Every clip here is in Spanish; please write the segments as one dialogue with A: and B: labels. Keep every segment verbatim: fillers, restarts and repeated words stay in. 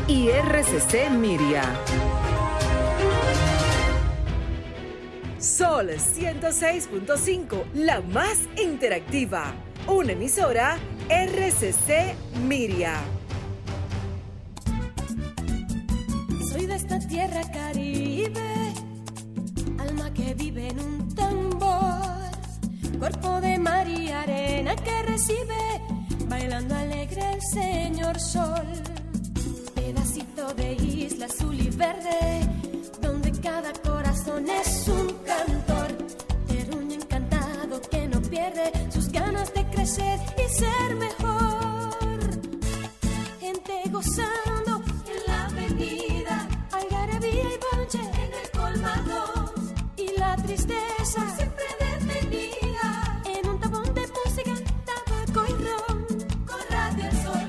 A: y R C C Miria. Sol ciento seis punto cinco, la más interactiva. Una emisora R C C Miria.
B: Soy de esta tierra caribe, alma que vive en un tambor, cuerpo de mar y arena que recibe, bailando alegre el señor sol. Pedacito de isla azul y verde, donde cada corazón es un cantor, terruño encantado que no pierde sus ganas de crecer y ser mejor. Gente gozando en la avenida, algarabía y bonche en el colmado, y la tristeza siempre detenida en un tabón de música, tabaco y ron, con Radio El Sol.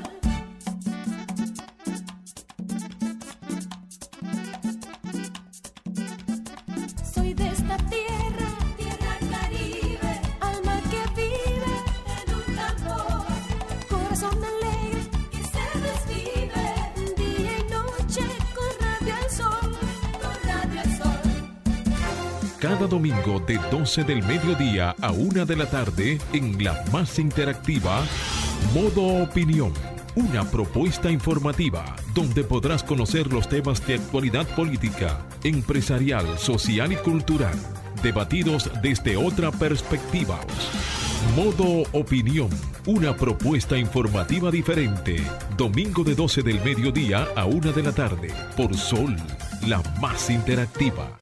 B: Soy de esta tierra, tierra caribe, alma que vive en un tambor, corazón alegre que se desvive, día y noche con Radio El Sol, con Radio El Sol.
C: Cada domingo de doce del mediodía a una de la tarde en la más interactiva, Modo Opinión. Una propuesta informativa donde podrás conocer los temas de actualidad política, empresarial, social y cultural, debatidos desde otra perspectiva. Modo Opinión, una propuesta informativa diferente. Domingo de doce del mediodía a una de la tarde, por Sol, la más interactiva.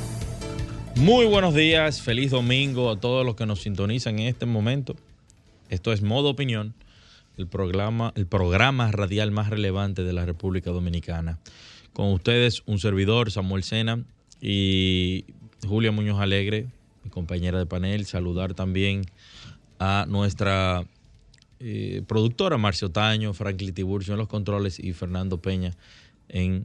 D: Muy buenos días, feliz domingo a todos los que nos sintonizan en este momento. Esto es Modo Opinión, el programa, el programa radial más relevante de la República Dominicana. Con ustedes, un servidor, Samuel Sena, y Julia Muñoz Alegre, mi compañera de panel. Saludar también a nuestra eh, productora Marcia Otaño, Franklin Tiburcio en los controles y Fernando Peña en,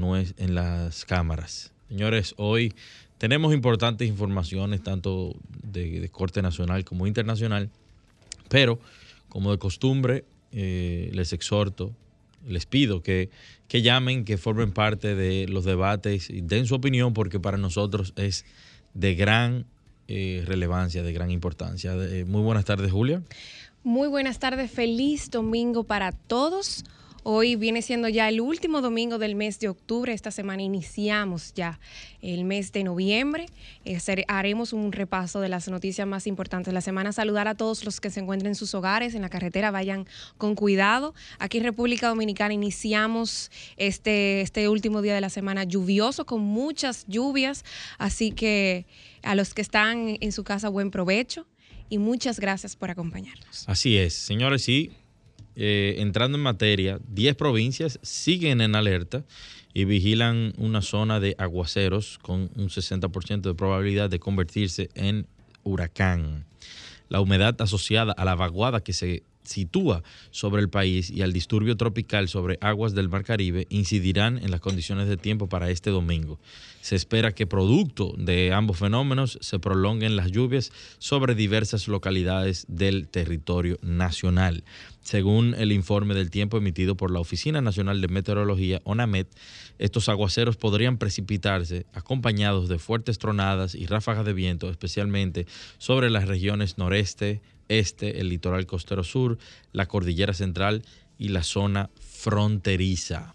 D: en las cámaras. Señores, hoy tenemos importantes informaciones, tanto de, de corte nacional como internacional, pero como de costumbre, eh, les exhorto, les pido que, que llamen, que formen parte de los debates y den su opinión, porque para nosotros es de gran eh, relevancia, de gran importancia. Eh, muy buenas tardes, Julia.
E: Muy buenas tardes, feliz domingo para todos. Hoy viene siendo ya el último domingo del mes de octubre. Esta semana iniciamos ya el mes de noviembre. Eh, haremos un repaso de las noticias más importantes de la semana. Saludar a todos los que se encuentren en sus hogares, en la carretera, vayan con cuidado. Aquí en República Dominicana iniciamos este, este último día de la semana lluvioso, con muchas lluvias. Así que a los que están en su casa, buen provecho y muchas gracias por acompañarnos.
D: Así es, señores, sí. Eh, entrando en materia, diez provincias siguen en alerta y vigilan una zona de aguaceros con un sesenta por ciento de probabilidad de convertirse en huracán. La humedad asociada a la vaguada que se sitúa sobre el país y al disturbio tropical sobre aguas del Mar Caribe incidirán en las condiciones de tiempo para este domingo. Se espera que producto de ambos fenómenos se prolonguen las lluvias sobre diversas localidades del territorio nacional. Según el informe del tiempo emitido por la Oficina Nacional de Meteorología, ONAMET, estos aguaceros podrían precipitarse acompañados de fuertes tronadas y ráfagas de viento, especialmente sobre las regiones noreste, este, el litoral costero sur, la cordillera central y la zona fronteriza.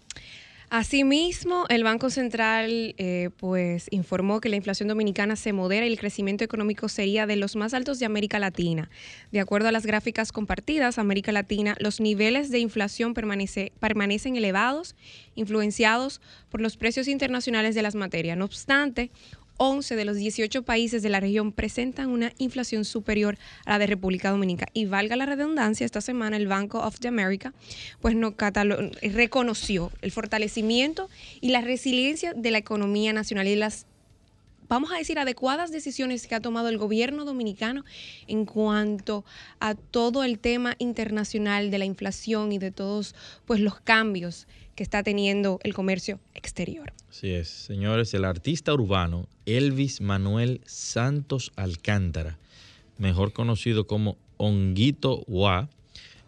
E: Asimismo, el Banco Central eh, pues informó que la inflación dominicana se modera y el crecimiento económico sería de los más altos de América Latina. De acuerdo a las gráficas compartidas, América Latina, los niveles de inflación permanece, permanecen elevados, influenciados por los precios internacionales de las materias. No obstante, once de los dieciocho países de la región presentan una inflación superior a la de República Dominicana. Y valga la redundancia, esta semana el Bank of the America pues no catalo- reconoció el fortalecimiento y la resiliencia de la economía nacional y las, vamos a decir, adecuadas decisiones que ha tomado el gobierno dominicano en cuanto a todo el tema internacional de la inflación y de todos pues los cambios que está teniendo el comercio exterior.
D: Así es, señores, el artista urbano Elvis Manuel Santos Alcántara, mejor conocido como Honguito Guá,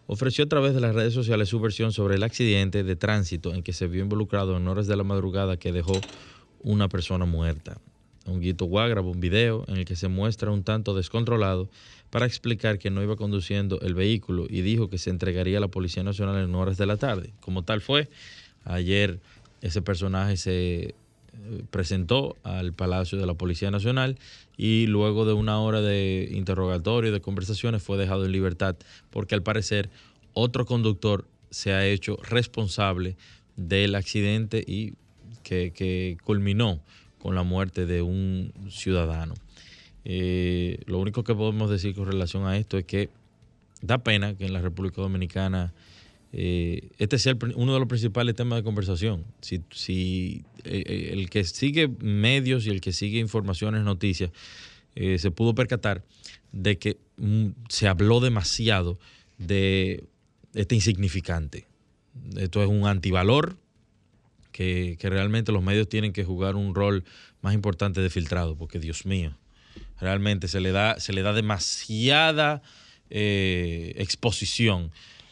D: ofreció a través de las redes sociales su versión sobre el accidente de tránsito en que se vio involucrado en horas de la madrugada que dejó una persona muerta. Honguito Guá grabó un video en el que se muestra un tanto descontrolado para explicar que no iba conduciendo el vehículo y dijo que se entregaría a la Policía Nacional en horas de la tarde. Como tal fue, ayer ese personaje se presentó al Palacio de la Policía Nacional y luego de una hora de interrogatorio y de conversaciones fue dejado en libertad porque al parecer otro conductor se ha hecho responsable del accidente y que, que culminó con la muerte de un ciudadano. Eh, lo único que podemos decir con relación a esto es que da pena que en la República Dominicana eh, este sea el, uno de los principales temas de conversación. Si, si eh, el que sigue medios y el que sigue informaciones, noticias, eh, se pudo percatar de que mm, se habló demasiado de este insignificante. Esto es un antivalor que, que realmente los medios tienen que jugar un rol más importante de filtrado, porque Dios mío, realmente se le da, se le da demasiada eh, exposición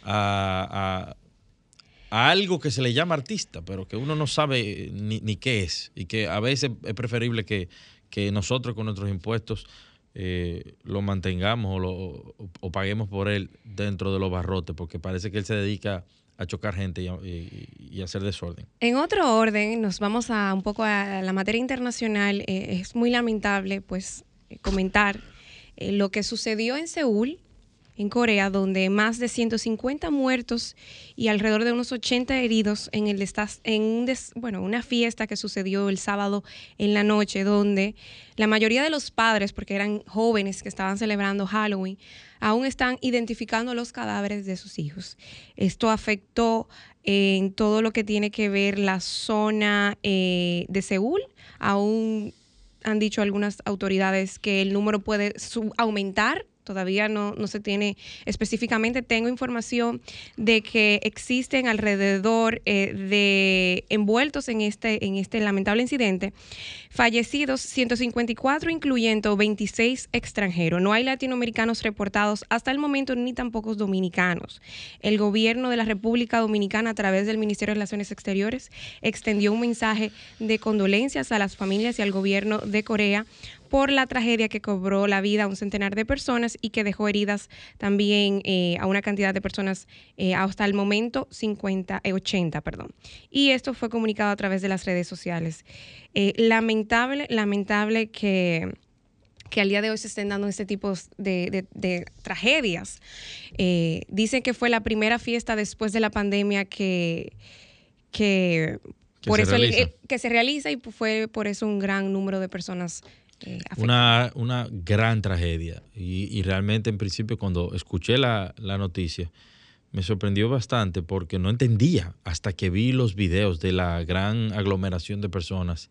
D: a, a, a algo que se le llama artista, pero que uno no sabe ni, ni qué es, y que a veces es preferible que, que nosotros con nuestros impuestos eh, lo mantengamos o, lo, o, o paguemos por él dentro de los barrotes, porque parece que él se dedica a chocar gente y, a, y, y hacer desorden.
E: En otro orden, nos vamos a un poco a la materia internacional. Eh, es muy lamentable pues comentar eh, lo que sucedió en Seúl, en Corea, donde más de ciento cincuenta muertos y alrededor de unos ochenta heridos en, el en un des, bueno, una fiesta que sucedió el sábado en la noche, donde la mayoría de los padres, porque eran jóvenes que estaban celebrando Halloween, aún están identificando los cadáveres de sus hijos. Esto afectó eh, en todo lo que tiene que ver la zona eh, de Seúl. Aún han dicho algunas autoridades que el número puede sub- aumentar. Todavía no, no se tiene específicamente. Tengo información de que existen alrededor eh, de envueltos en este, en este lamentable incidente, fallecidos ciento cincuenta y cuatro, incluyendo veintiséis extranjeros. No hay latinoamericanos reportados hasta el momento, ni tampoco dominicanos. El gobierno de la República Dominicana, a través del Ministerio de Relaciones Exteriores, extendió un mensaje de condolencias a las familias y al gobierno de Corea por la tragedia que cobró la vida a un centenar de personas y que dejó heridas también eh, a una cantidad de personas eh, hasta el momento cincuenta, eh, ochenta, perdón. Y esto fue comunicado a través de las redes sociales. Eh, lamentable, lamentable que, que al día de hoy se estén dando este tipo de, de, de tragedias. Eh, dicen que fue la primera fiesta después de la pandemia que... que
D: Que
E: por
D: se
E: eso el,
D: realiza.
E: el, que se realiza y fue por eso un gran número de personas Eh,
D: una, una gran tragedia y, y realmente en principio cuando escuché la, la noticia me sorprendió bastante porque no entendía hasta que vi los videos de la gran aglomeración de personas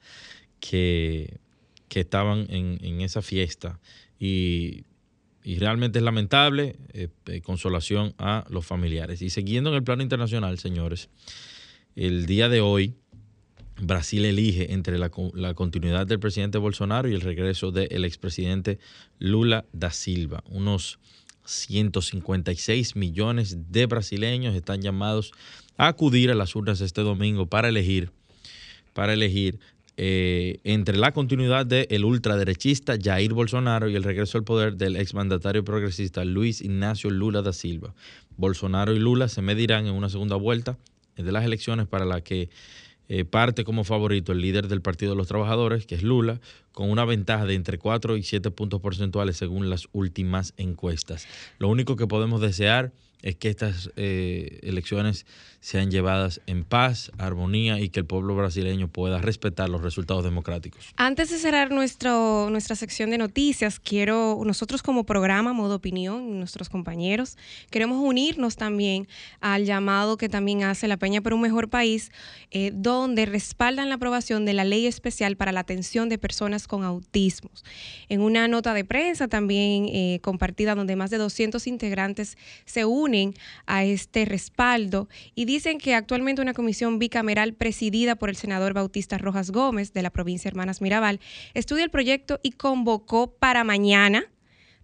D: que, que estaban en, en esa fiesta y, y realmente es lamentable. eh, eh, consolación a los familiares. Y siguiendo en el plano internacional, señores, el día de hoy Brasil elige entre la, la continuidad del presidente Bolsonaro y el regreso del expresidente Lula da Silva. Unos ciento cincuenta y seis millones de brasileños están llamados a acudir a las urnas este domingo para elegir, para elegir eh, entre la continuidad del ultraderechista Jair Bolsonaro y el regreso al poder del exmandatario progresista Luis Ignacio Lula da Silva. Bolsonaro y Lula se medirán en una segunda vuelta de las elecciones para la que Eh, parte como favorito el líder del Partido de los Trabajadores, que es Lula, con una ventaja de entre cuatro y siete puntos porcentuales según las últimas encuestas. Lo único que podemos desear es que estas eh, elecciones sean llevadas en paz, armonía y que el pueblo brasileño pueda respetar los resultados democráticos.
E: Antes de cerrar nuestro, nuestra sección de noticias, quiero, nosotros como programa Modo Opinión, nuestros compañeros, queremos unirnos también al llamado que también hace la Peña por un Mejor País, eh, donde respaldan la aprobación de la ley especial para la atención de personas con autismos. En una nota de prensa también eh, compartida, donde más de doscientos integrantes se unen a este respaldo y dicen que actualmente una comisión bicameral presidida por el senador Bautista Rojas Gómez de la provincia Hermanas Mirabal estudia el proyecto y convocó para mañana,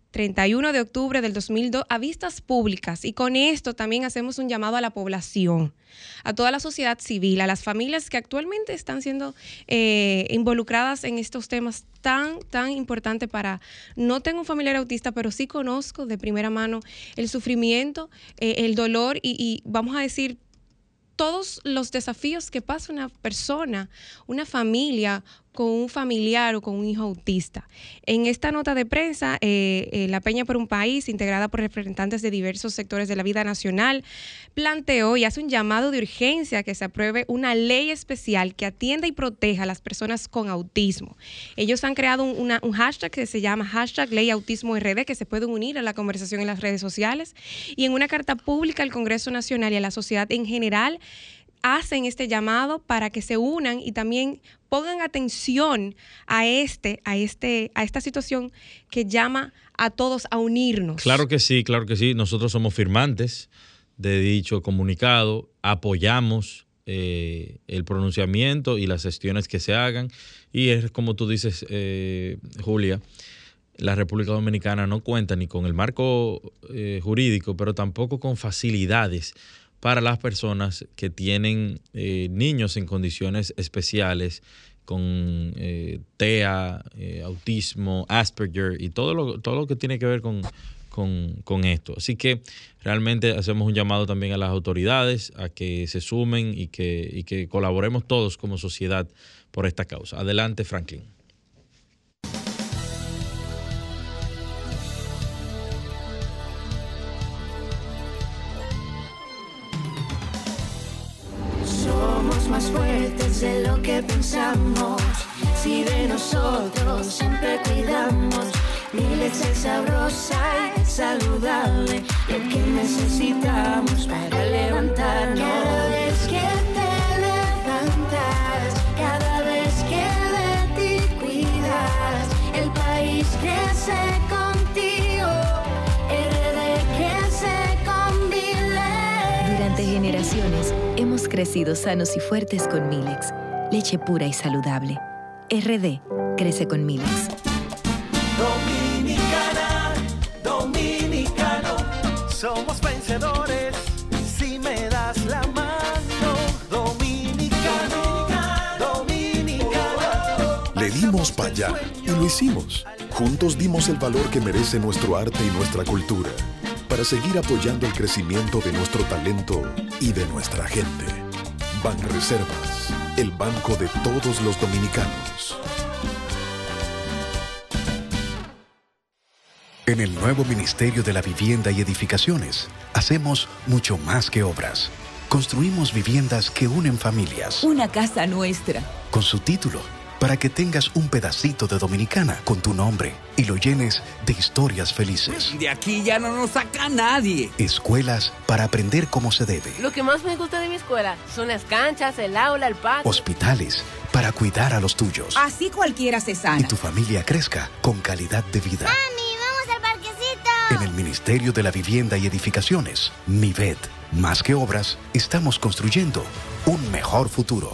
E: treinta y uno de octubre del dos mil dos a vistas públicas, y con esto también hacemos un llamado a la población, a toda la sociedad civil, a las familias que actualmente están siendo eh, involucradas en estos temas tan, tan importantes para... No tengo un familiar autista, pero sí conozco de primera mano el sufrimiento, eh, el dolor y, y vamos a decir todos los desafíos que pasa una persona, una familia con un familiar o con un hijo autista. En esta nota de prensa, eh, eh, la Peña por un País, integrada por representantes de diversos sectores de la vida nacional, planteó y hace un llamado de urgencia a que se apruebe una ley especial que atienda y proteja a las personas con autismo. Ellos han creado un, una, un hashtag que se llama hashtag Ley Autismo R D, que se pueden unir a la conversación en las redes sociales, y en una carta pública al Congreso Nacional y a la sociedad en general hacen este llamado para que se unan y también pongan atención a este, a este, a esta situación que llama a todos a unirnos.
D: Claro que sí, claro que sí. Nosotros somos firmantes de dicho comunicado, apoyamos eh, el pronunciamiento y las gestiones que se hagan, y es como tú dices, eh, Julia, la República Dominicana no cuenta ni con el marco eh, jurídico, pero tampoco con facilidades para las personas que tienen eh, niños en condiciones especiales, con eh, T E A, eh, autismo, Asperger y todo lo, todo lo que tiene que ver con, con, con esto. Así que realmente hacemos un llamado también a las autoridades a que se sumen y que, y que colaboremos todos como sociedad por esta causa. Adelante, Franklin.
B: Más fuertes de lo que pensamos, si de nosotros siempre cuidamos. Milex es sabrosa y saludable, lo que necesitamos para levantarnos. Cada vez que te levantas, cada vez que de ti cuidas, el país crece contigo, R D crece con Milex.
F: Durante generaciones hemos crecido sanos y fuertes con Milex, leche pura y saludable. R D crece con Milex.
G: Dominicana, dominicano, somos vencedores si me das la mano. Dominicano, dominicano.
H: Le dimos para allá y lo hicimos. Juntos dimos el valor que merece nuestro arte y nuestra cultura, para seguir apoyando el crecimiento de nuestro talento y de nuestra gente. Banreservas, el banco de todos los dominicanos.
I: En el nuevo Ministerio de la Vivienda y Edificaciones, hacemos mucho más que obras. Construimos viviendas que unen familias.
J: Una casa nuestra.
I: Con su título, para que tengas un pedacito de Dominicana con tu nombre y lo llenes de historias felices.
J: De aquí ya no nos saca nadie.
I: Escuelas para aprender cómo se debe.
K: Lo que más me gusta de mi escuela son las canchas, el aula, el patio.
I: Hospitales para cuidar a los tuyos.
J: Así cualquiera se sana.
I: Y tu familia crezca con calidad de vida.
L: ¡Mami, vamos al parquecito!
I: En el Ministerio de la Vivienda y Edificaciones, MIVED, más que obras, estamos construyendo un mejor futuro.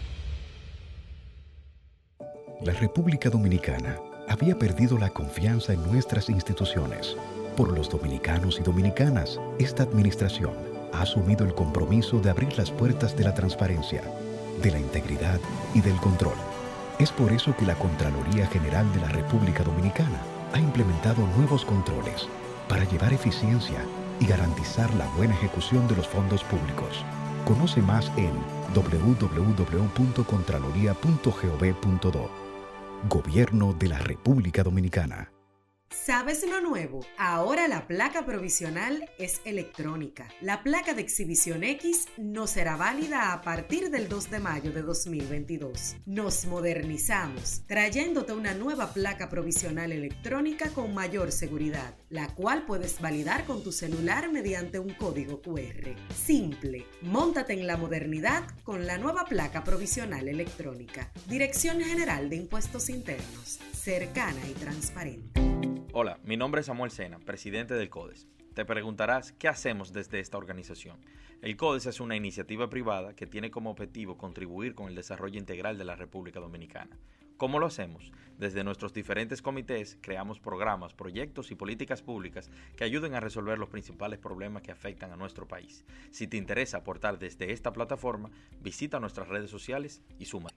M: La República Dominicana había perdido la confianza en nuestras instituciones. Por los dominicanos y dominicanas, esta administración ha asumido el compromiso de abrir las puertas de la transparencia, de la integridad y del control. Es por eso que la Contraloría General de la República Dominicana ha implementado nuevos controles para llevar eficiencia y garantizar la buena ejecución de los fondos públicos. Conoce más en doble u doble u doble u punto contraloría punto gov punto do. Gobierno de la República Dominicana.
A: ¿Sabes lo nuevo? Ahora la placa provisional es electrónica. La placa de exhibición X no será válida a partir del dos de mayo de dos mil veintidós. Nos modernizamos, trayéndote una nueva placa provisional electrónica con mayor seguridad, la cual puedes validar con tu celular mediante un código cu erre. Simple, móntate en la modernidad con la nueva placa provisional electrónica. Dirección General de Impuestos Internos, cercana y transparente.
D: Hola, mi nombre es Samuel Sena, presidente del CODES. Te preguntarás, ¿qué hacemos desde esta organización? El CODES es una iniciativa privada que tiene como objetivo contribuir con el desarrollo integral de la República Dominicana. ¿Cómo lo hacemos? Desde nuestros diferentes comités creamos programas, proyectos y políticas públicas que ayuden a resolver los principales problemas que afectan a nuestro país. Si te interesa aportar desde esta plataforma, visita nuestras redes sociales y súmate.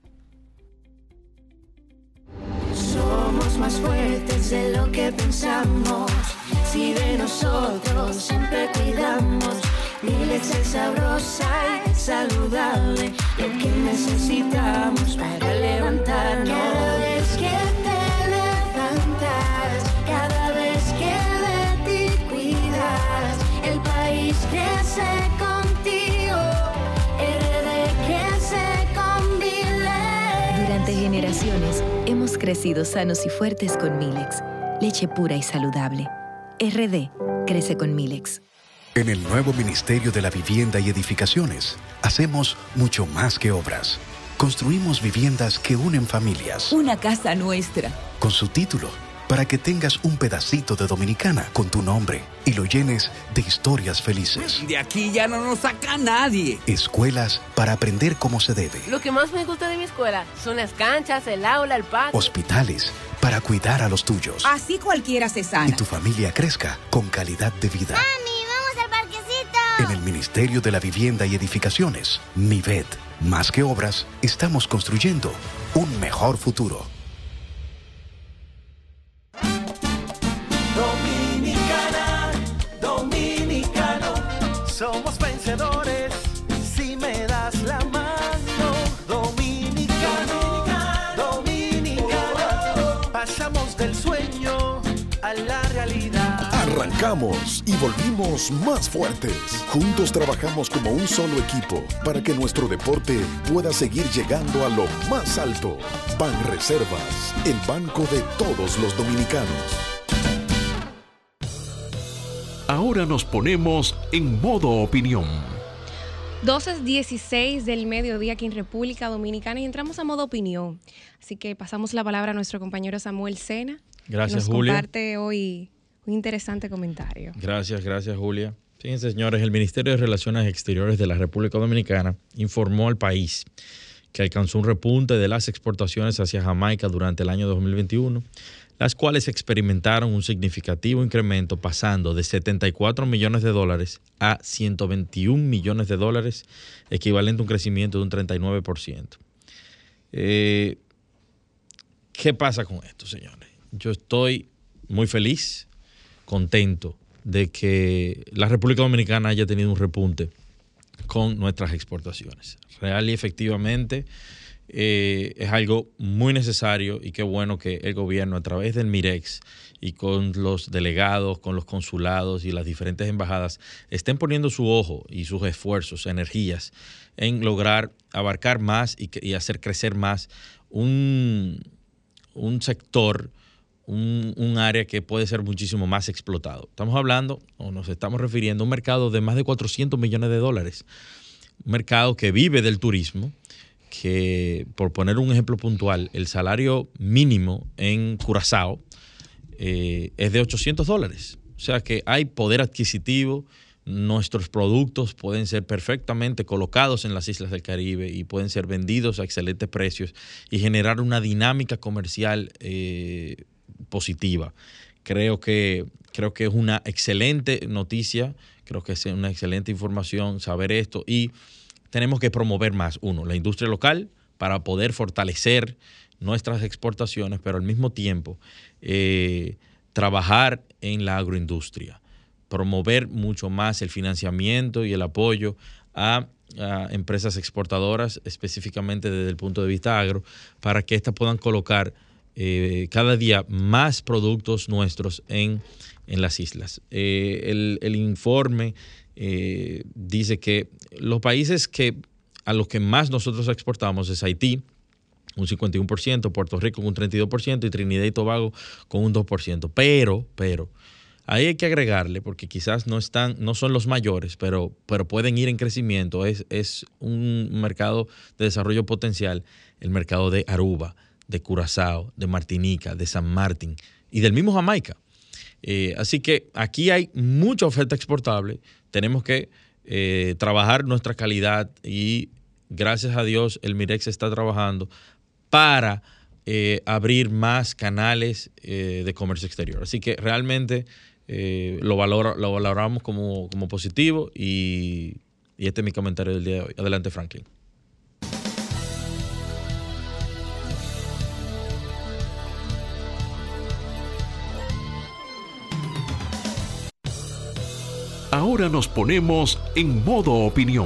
N: Somos más fuertes de lo que pensamos. Si de nosotros siempre cuidamos, Milex es sabrosa y saludable, lo que necesitamos para levantarnos. Cada vez que te levantas, cada vez que de ti cuidas, el país crece contigo, R D crece con Milex.
F: Durante generaciones hemos crecido sanos y fuertes con Milex, leche pura y saludable. R D crece con Milex.
I: En el nuevo Ministerio de la Vivienda y Edificaciones, hacemos mucho más que obras. Construimos viviendas que unen familias.
J: Una casa nuestra.
I: Con su título, para que tengas un pedacito de Dominicana con tu nombre y lo llenes de historias felices.
J: De aquí ya no nos saca nadie.
I: Escuelas para aprender cómo se debe.
K: Lo que más me gusta de mi escuela son las canchas, el aula, el patio.
I: Hospitales para cuidar a los tuyos.
J: Así cualquiera se sana.
I: Y tu familia crezca con calidad de vida.
L: ¡Mami, vamos al parquecito!
I: En el Ministerio de la Vivienda y Edificaciones, MIVED, más que obras, estamos construyendo un mejor futuro.
G: Dominicana, dominicano, somos vencedores si me das la mano. Dominicano, dominicano, pasamos del sueño a la realidad.
H: Arrancamos y volvimos más fuertes. Juntos trabajamos como un solo equipo para que nuestro deporte pueda seguir llegando a lo más alto. Banreservas, el banco de todos los dominicanos.
C: Ahora nos ponemos en modo opinión.
E: doce dieciséis del mediodía aquí en República Dominicana y entramos a modo opinión. Así que pasamos la palabra a nuestro compañero Samuel Sena.
D: Gracias,
E: que nos
D: Julia.
E: comparte hoy un interesante comentario.
D: Gracias, gracias, Julia. Fíjense, señores, el Ministerio de Relaciones Exteriores de la República Dominicana informó al país que alcanzó un repunte de las exportaciones hacia Jamaica durante el año dos mil veintiuno, las cuales experimentaron un significativo incremento pasando de setenta y cuatro millones de dólares a ciento veintiún millones de dólares, equivalente a un crecimiento de un treinta y nueve por ciento. Eh, ¿Qué pasa con esto, señores? Yo estoy muy feliz, contento de que la República Dominicana haya tenido un repunte con nuestras exportaciones. Real y efectivamente eh, es algo muy necesario y qué bueno que el gobierno a través del MIREX y con los delegados, con los consulados y las diferentes embajadas estén poniendo su ojo y sus esfuerzos, energías en lograr abarcar más y, y hacer crecer más un, un sector, Un, un área que puede ser muchísimo más explotado. Estamos hablando, o nos estamos refiriendo a un mercado de más de cuatrocientos millones de dólares. Un mercado que vive del turismo, que, por poner un ejemplo puntual, el salario mínimo en Curazao eh, es de ochocientos dólares. O sea que hay poder adquisitivo, nuestros productos pueden ser perfectamente colocados en las islas del Caribe y pueden ser vendidos a excelentes precios y generar una dinámica comercial eh, positiva. Creo que, creo que es una excelente noticia, creo que es una excelente información saber esto y tenemos que promover más, uno, la industria local para poder fortalecer nuestras exportaciones, pero al mismo tiempo eh, trabajar en la agroindustria, promover mucho más el financiamiento y el apoyo a, a empresas exportadoras, específicamente desde el punto de vista agro, para que éstas puedan colocar Eh, cada día más productos nuestros en, en las islas. Eh, el, el informe eh, dice que los países que a los que más nosotros exportamos es Haití, un cincuenta y uno por ciento, Puerto Rico con un treinta y dos por ciento y Trinidad y Tobago con un dos por ciento. Pero, pero, ahí hay que agregarle, porque quizás no están, no son los mayores, pero, pero pueden ir en crecimiento. Es, es un mercado de desarrollo potencial, el mercado de Aruba, de Curazao, de Martinica, de San Martín y del mismo Jamaica. Eh, así que aquí hay mucha oferta exportable. Tenemos que eh, trabajar nuestra calidad y gracias a Dios el MIREX está trabajando para eh, abrir más canales eh, de comercio exterior. Así que realmente eh, lo, valora, lo valoramos como, como positivo y, y este es mi comentario del día de hoy. Adelante, Franklin.
C: Ahora nos ponemos en modo opinión.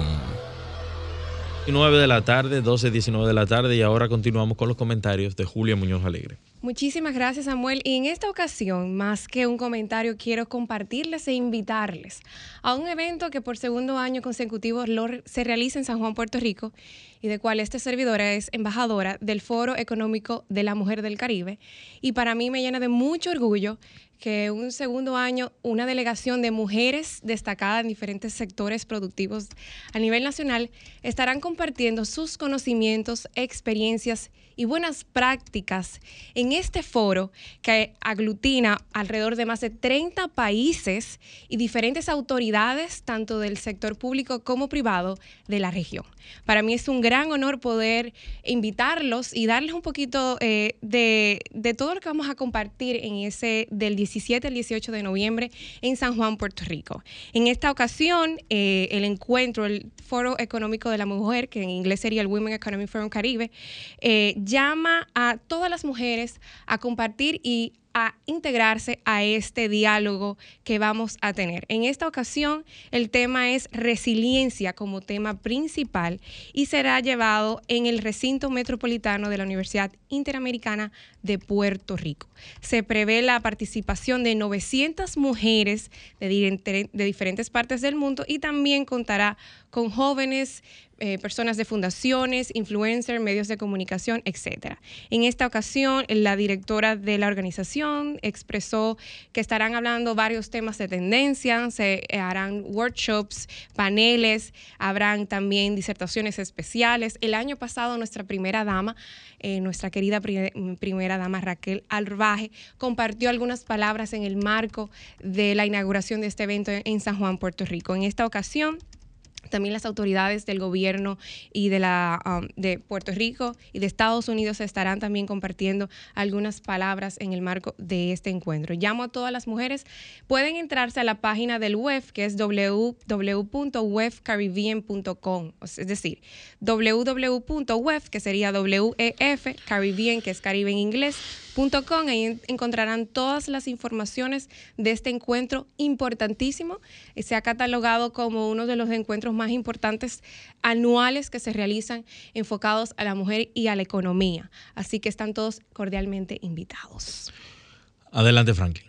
D: nueve de la tarde, doce, diecinueve de la tarde y ahora continuamos con los comentarios de Julia Muñoz Alegre.
E: Muchísimas gracias, Samuel. Y en esta ocasión, más que un comentario, quiero compartirles e invitarles a un evento que por segundo año consecutivo lo, se realiza en San Juan, Puerto Rico, y de cual esta servidora es embajadora del Foro Económico de la Mujer del Caribe. Y para mí me llena de mucho orgullo que un segundo año una delegación de mujeres destacadas en diferentes sectores productivos a nivel nacional estarán compartiendo sus conocimientos, experiencias y buenas prácticas en este foro que aglutina alrededor de más de treinta países y diferentes autoridades, tanto del sector público como privado de la región. Para mí es un gran honor poder invitarlos y darles un poquito eh, de, de todo lo que vamos a compartir en ese del diecisiete al dieciocho de noviembre en San Juan, Puerto Rico. En esta ocasión, eh, el encuentro, el Foro Económico de la Mujer, que en inglés sería el Women Economic Forum Caribe, eh, llama a todas las mujeres a compartir y a integrarse a este diálogo que vamos a tener. En esta ocasión, el tema es resiliencia como tema principal y será llevado en el recinto metropolitano de la Universidad Interamericana de Puerto Rico. Se prevé la participación de novecientas mujeres de, de diferentes partes del mundo y también contará con jóvenes, eh, personas de fundaciones, influencers, medios de comunicación, etcétera. En esta ocasión, la directora de la organización expresó que estarán hablando varios temas de tendencia, se harán workshops, paneles, habrán también disertaciones especiales. El año pasado, nuestra primera dama, eh, nuestra querida pri- primera dama Raquel Alvaje, compartió algunas palabras en el marco de la inauguración de este evento en San Juan, Puerto Rico. En esta ocasión, también las autoridades del gobierno y de, la, um, de Puerto Rico y de Estados Unidos estarán también compartiendo algunas palabras en el marco de este encuentro. Llamo a todas las mujeres, pueden entrarse a la página del W E F, que es doble u doble u doble u punto w e f caribbean punto com, es decir, doble u doble u doble u punto w e f, que sería W E F, Caribbean, que es Caribe en inglés, punto com. Ahí encontrarán todas las informaciones de este encuentro importantísimo. Se ha catalogado como uno de los encuentros más importantes anuales que se realizan enfocados a la mujer y a la economía. Así que están todos cordialmente invitados.
D: Adelante, Franklin.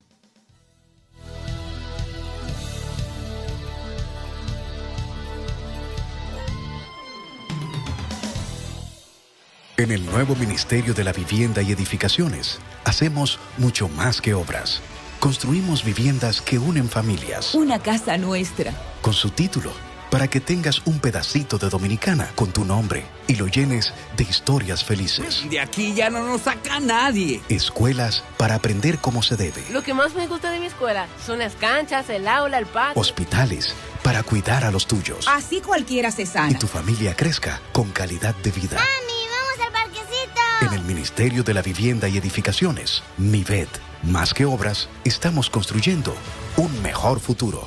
I: En el nuevo Ministerio de la Vivienda y Edificaciones, hacemos mucho más que obras. Construimos viviendas que unen familias.
J: Una casa nuestra.
I: Con su título, para que tengas un pedacito de Dominicana con tu nombre y lo llenes de historias felices.
J: De aquí ya no nos saca nadie.
I: Escuelas para aprender cómo se debe.
K: Lo que más me gusta de mi escuela son las canchas, el aula, el patio.
I: Hospitales para cuidar a los tuyos.
J: Así cualquiera se sana.
I: Y tu familia crezca con calidad de vida.
L: ¡Mami, vamos al parquecito!
I: En el Ministerio de la Vivienda y Edificaciones, MIVED, más que obras, estamos construyendo un mejor futuro.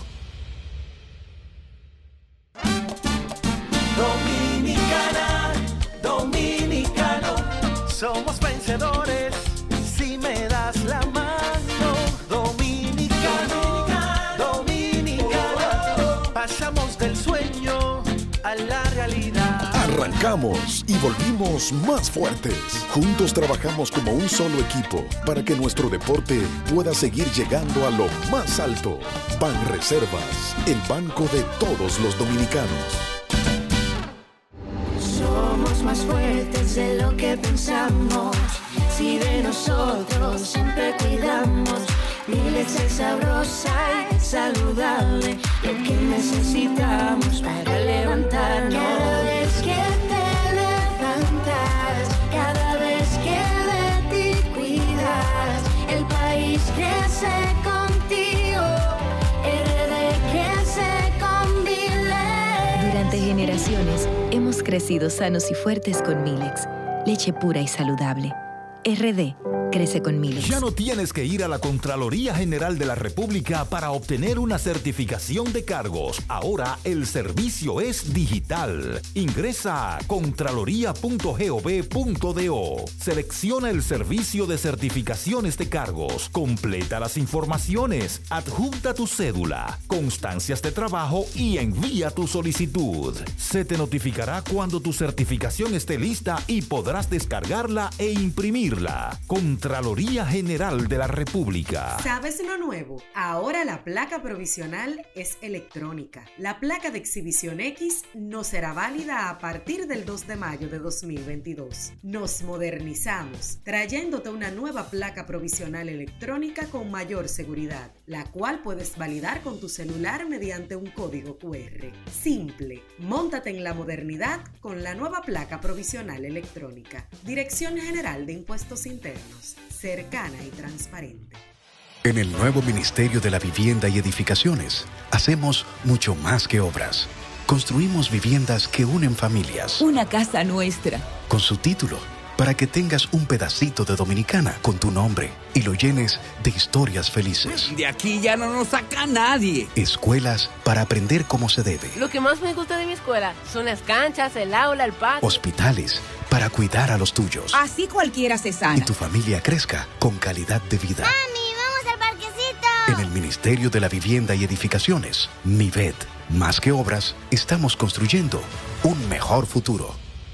G: Dominicana, dominicano, somos vencedores si me das la mano. Dominicano, dominicano, pasamos del sueño a la realidad.
H: Arrancamos y volvimos más fuertes. Juntos trabajamos como un solo equipo para que nuestro deporte pueda seguir llegando a lo más alto. Banreservas, el banco de todos los dominicanos.
N: Somos más fuertes de lo que pensamos. Si de nosotros siempre cuidamos. Mi leche es sabrosa y saludable. Lo que necesitamos para levantarnos. Cada vez que te levantas, cada vez que de ti cuidas, el país crece con
F: crecido sanos y fuertes con Milex, leche pura y saludable. R D crece con Milex.
O: Ya no tienes que ir a la Contraloría General de la República para obtener una certificación de cargos. Ahora el servicio es digital. Ingresa a contraloría punto gov punto do. Selecciona el servicio de certificaciones de cargos. Completa las informaciones. Adjunta tu cédula, constancias de trabajo y envía tu solicitud. Se te notificará cuando tu certificación esté lista y podrás descargarla e imprimirla. Contraloría General de la República.
A: ¿Sabes lo nuevo? Ahora la placa provisional es electrónica. La placa de exhibición X no será válida a partir del dos de mayo de dos mil veintidós. Nos modernizamos, trayéndote una nueva placa provisional electrónica con mayor seguridad, la cual puedes validar con tu celular mediante un código cu erre. Simple, móntate en la modernidad con la nueva placa provisional electrónica. Dirección General de Impuestos Internos, cercana y transparente.
I: En el nuevo Ministerio de la Vivienda y Edificaciones, hacemos mucho más que obras. Construimos viviendas que unen familias.
J: Una casa nuestra.
I: Con su título, para que tengas un pedacito de Dominicana con tu nombre y lo llenes de historias felices.
J: De aquí ya no nos saca nadie.
I: Escuelas para aprender cómo se debe.
K: Lo que más me gusta de mi escuela son las canchas, el aula, el patio.
I: Hospitales para cuidar a los tuyos.
J: Así cualquiera se sana.
I: Y tu familia crezca con calidad de vida.
L: ¡Mami, vamos al parquecito!
I: En el Ministerio de la Vivienda y Edificaciones, MIVED, más que obras, estamos construyendo un mejor futuro.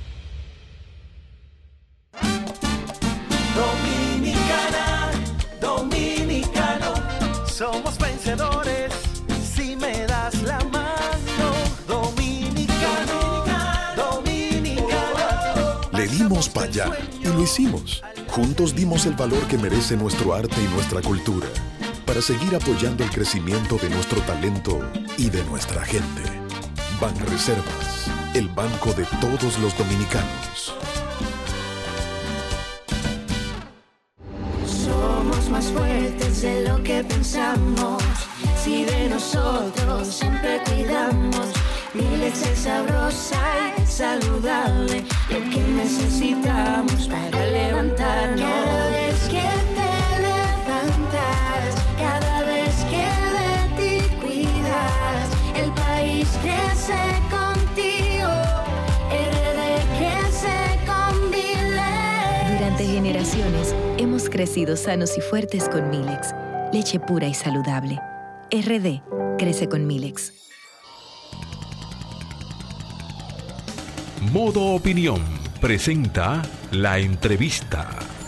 G: Dominicana, dominicano, somos vencedores si me das la mano. Dominicano, dominicano.
H: Le dimos para allá y lo hicimos. Juntos dimos el valor que merece nuestro arte y nuestra cultura para seguir apoyando el crecimiento de nuestro talento y de nuestra gente. Banreservas, el banco de todos los dominicanos.
N: Somos más fuertes de lo que pensamos. Si de nosotros siempre cuidamos. Milex es sabrosa y saludable, lo que necesitamos para levantarnos. Cada vez que te levantas, cada vez que de ti cuidas, el país crece contigo, R D crece con Milex.
F: Durante generaciones hemos crecido sanos y fuertes con Milex, leche pura y saludable. R D crece con Milex.
C: Modo Opinión presenta la entrevista.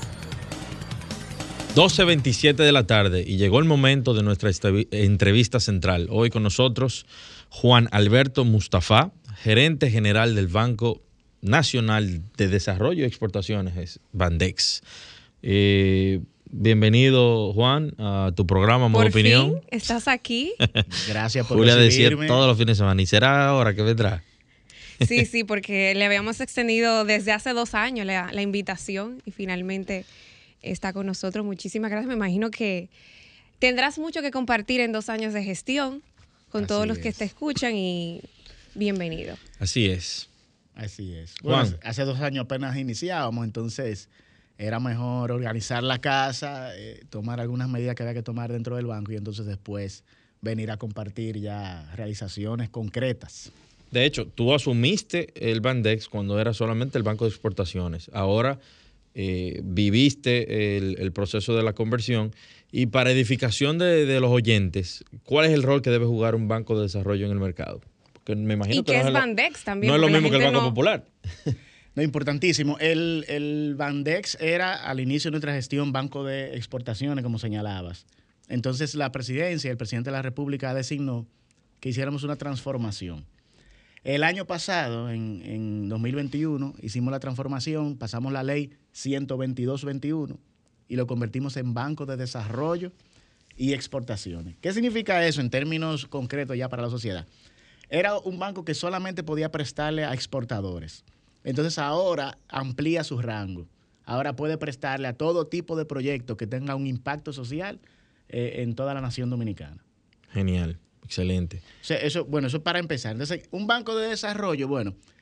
D: doce veintisiete de la tarde y llegó el momento de nuestra entrevista central. Hoy con nosotros Juan Alberto Mustafa, gerente general del Banco Nacional de Desarrollo y Exportaciones, Bandex. Eh, bienvenido, Juan, a tu programa Modo
E: Por
D: Opinión.
E: Fin, estás aquí.
P: Gracias por
D: Julia
P: recibirme.
D: decía todos los fines de semana, ¿y será ahora que vendrá?
E: Sí, sí, porque le habíamos extendido desde hace dos años la, la invitación y finalmente está con nosotros. Muchísimas gracias. Me imagino que tendrás mucho que compartir en dos años de gestión con
P: Así
E: todos los
P: es.
E: que te escuchan y bienvenido.
D: Así es.
P: Así es. Bueno,
D: Juan.
P: hace dos años apenas iniciábamos, entonces era mejor organizar la casa, eh, tomar algunas medidas que había que tomar dentro del banco y entonces después venir a compartir ya realizaciones concretas.
D: De hecho, tú asumiste el Bandex cuando era solamente el Banco de Exportaciones. Ahora eh, viviste el, el proceso de la conversión. Y para edificación de, de los oyentes, ¿cuál es el rol que debe jugar un banco de desarrollo en el mercado? Porque me imagino
E: ¿Y
D: que
E: qué
D: no
E: es
D: es, lo-
E: Bandex también?
D: no es lo
E: Porque la
D: mismo que el
E: gente
D: Banco
E: no-
D: Popular.
P: No, importantísimo. El, el Bandex era al inicio de nuestra gestión banco de exportaciones, como señalabas. Entonces la presidencia, el presidente de la República designó que hiciéramos una transformación. El año pasado, en, en dos mil veintiuno, hicimos la transformación, pasamos la ley ciento veintidós veintiuno y lo convertimos en Banco de Desarrollo y Exportaciones. ¿Qué significa eso en términos concretos ya para la sociedad? Era un banco que solamente podía prestarle a exportadores. Entonces ahora amplía su rango. Ahora puede prestarle a todo tipo de proyectos que tenga un impacto social eh, en toda la nación dominicana.
D: Genial, excelente.
P: O sea, eso, bueno, eso para empezar. Entonces, un banco de desarrollo, bueno,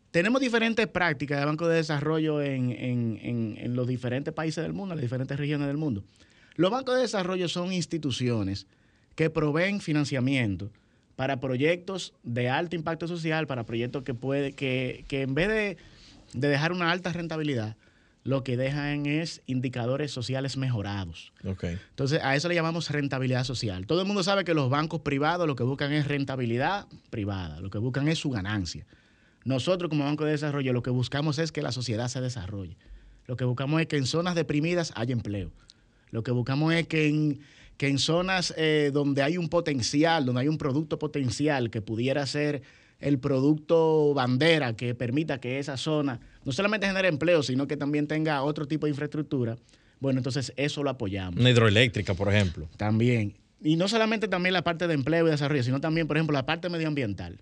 P: tenemos diferentes prácticas de Banco de Desarrollo en, en, en, en los diferentes países del mundo, en las diferentes regiones del mundo. Los bancos de desarrollo son instituciones que proveen financiamiento para proyectos de alto impacto social, para proyectos que, puede, que, que en vez de, de dejar una alta rentabilidad, lo que dejan es indicadores sociales mejorados.
D: Okay.
P: Entonces, a eso le llamamos rentabilidad social. Todo el mundo sabe que los bancos privados lo que buscan es rentabilidad privada, lo que buscan es su ganancia. Nosotros como Banco de Desarrollo lo que buscamos es que la sociedad se desarrolle. Lo que buscamos es que en zonas deprimidas haya empleo. Lo que buscamos es que en, que en zonas eh, donde hay un potencial, donde hay un producto potencial que pudiera ser el producto bandera que permita que esa zona no solamente genere empleo, sino que también tenga otro tipo de infraestructura, bueno, entonces eso lo apoyamos.
D: Una hidroeléctrica, por ejemplo.
P: También. Y no solamente también la parte de empleo y desarrollo, sino también, por ejemplo, la parte medioambiental.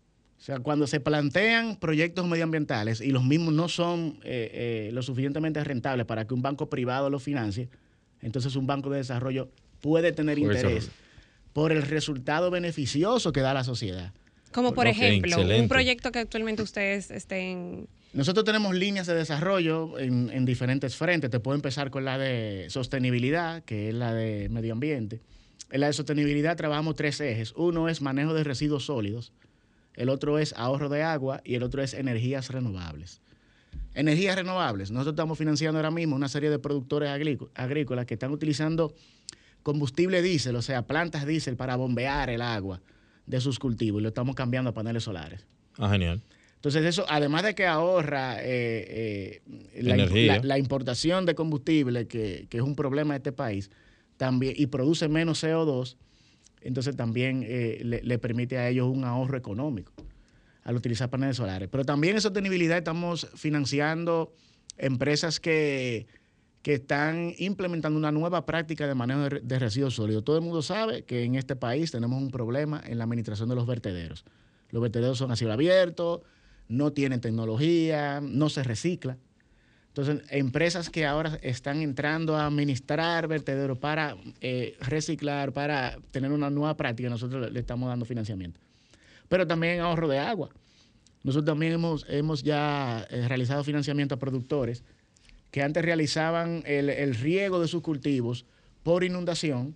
P: O sea, cuando se plantean proyectos medioambientales y los mismos no son eh, eh, lo suficientemente rentables para que un banco privado los financie, entonces un banco de desarrollo puede tener
D: Por
P: interés
D: eso.
P: por el resultado beneficioso que da la sociedad.
E: Como por
P: Okay,
E: ejemplo,
P: excelente.
E: un proyecto que actualmente ustedes estén...
P: Nosotros tenemos líneas de desarrollo en, en diferentes frentes. Te puedo empezar con la de sostenibilidad, que es la de medio ambiente. En la de sostenibilidad trabajamos tres ejes. Uno es manejo de residuos sólidos, el otro es ahorro de agua y el otro es energías renovables. Energías renovables. Nosotros estamos financiando ahora mismo una serie de productores agrícolas que están utilizando combustible diésel, o sea, plantas diésel para bombear el agua de sus cultivos y lo estamos cambiando a paneles solares.
D: Ah, genial.
P: Entonces eso, además de que ahorra eh, eh, la, la, la importación de combustible, que, que es un problema de este país, también y produce menos C O dos, entonces también eh, le, le permite a ellos un ahorro económico al utilizar paneles solares. Pero también en sostenibilidad estamos financiando empresas que, que están implementando una nueva práctica de manejo de, de residuos sólidos. Todo el mundo sabe que en este país tenemos un problema en la administración de los vertederos. Los vertederos son a cielo abierto, no tienen tecnología, no se recicla. Entonces, empresas que ahora están entrando a administrar vertederos para eh, reciclar, para tener una nueva práctica, nosotros le estamos dando financiamiento. Pero también ahorro de agua. Nosotros también hemos, hemos ya eh, realizado financiamiento a productores que antes realizaban el, el riego de sus cultivos por inundación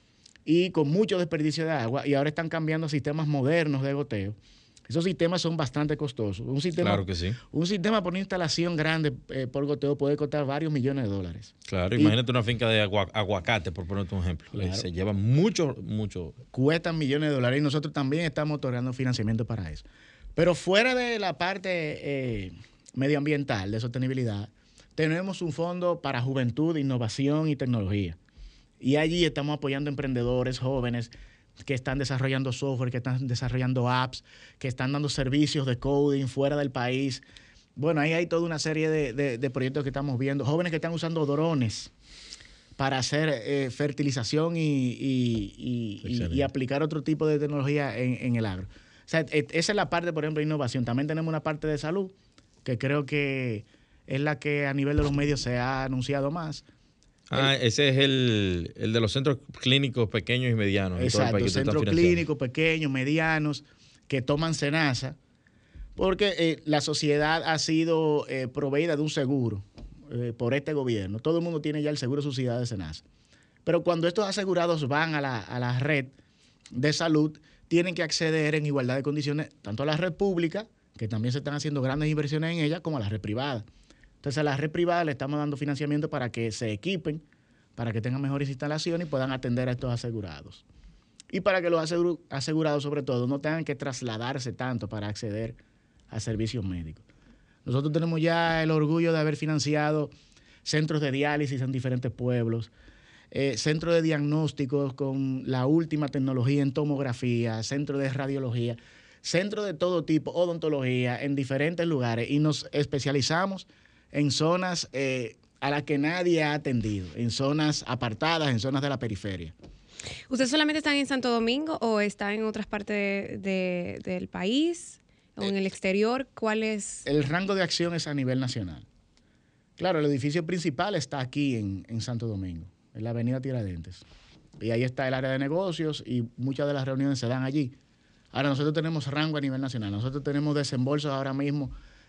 P: y con mucho desperdicio de agua, y ahora están cambiando a sistemas modernos de goteo. Esos sistemas son bastante costosos. Un sistema,
D: Claro que sí.
P: Un sistema por una instalación grande eh, por goteo puede costar varios millones de dólares.
D: Claro,
P: Y
D: imagínate una finca de agua- aguacate, por ponerte un ejemplo.
P: Claro.
D: Se lleva mucho, mucho.
P: Cuestan millones de dólares y nosotros también estamos otorgando financiamiento para eso. Pero fuera de la parte eh, medioambiental, de sostenibilidad, tenemos un fondo para juventud, innovación y tecnología. Y allí estamos apoyando emprendedores jóvenes que están desarrollando software, que están desarrollando apps, que están dando servicios de coding fuera del país. Bueno, ahí hay toda una serie de, de, de proyectos que estamos viendo. Jóvenes que están usando drones para hacer eh, fertilización y, y, y, y, y aplicar otro tipo de tecnología en, en el agro. O sea, et, esa es la parte, por ejemplo, de innovación. También tenemos una parte de salud, que creo que es la que a nivel de los medios se ha anunciado más.
D: Ah, ese es el, el de los centros clínicos pequeños y medianos. en todo el
P: Exacto,
D: país que usted está
P: centros
D: financiando.
P: clínicos pequeños, medianos, que toman SENASA, porque eh, la sociedad ha sido eh, proveída de un seguro eh, por este gobierno. Todo el mundo tiene ya el seguro de sociedad de SENASA. Pero cuando estos asegurados van a la, a la red de salud, tienen que acceder en igualdad de condiciones tanto a la red pública, que también se están haciendo grandes inversiones en ella, como a la red privada. Entonces a la red privada le estamos dando financiamiento para que se equipen, para que tengan mejores instalaciones y puedan atender a estos asegurados. Y para que los asegurados, asegurados sobre todo, no tengan que trasladarse tanto para acceder a servicios médicos. Nosotros tenemos ya el orgullo de haber financiado centros de diálisis en diferentes pueblos, eh, centros de diagnósticos con la última tecnología en tomografía, centros de radiología, centros de todo tipo, odontología, en diferentes lugares, y nos especializamos en zonas eh, a las que nadie ha atendido, en zonas apartadas, en zonas de la periferia.
E: ¿Ustedes solamente están en Santo Domingo o están en otras partes de, de, del país o en el exterior? ¿Cuál es?
P: El rango de acción es a nivel nacional. Claro, el edificio principal está aquí en, en Santo Domingo, en la avenida Tiradentes. Y ahí está el área de negocios y muchas de las reuniones se dan allí. Ahora, nosotros tenemos rango a nivel nacional. Nosotros tenemos desembolsos ahora mismo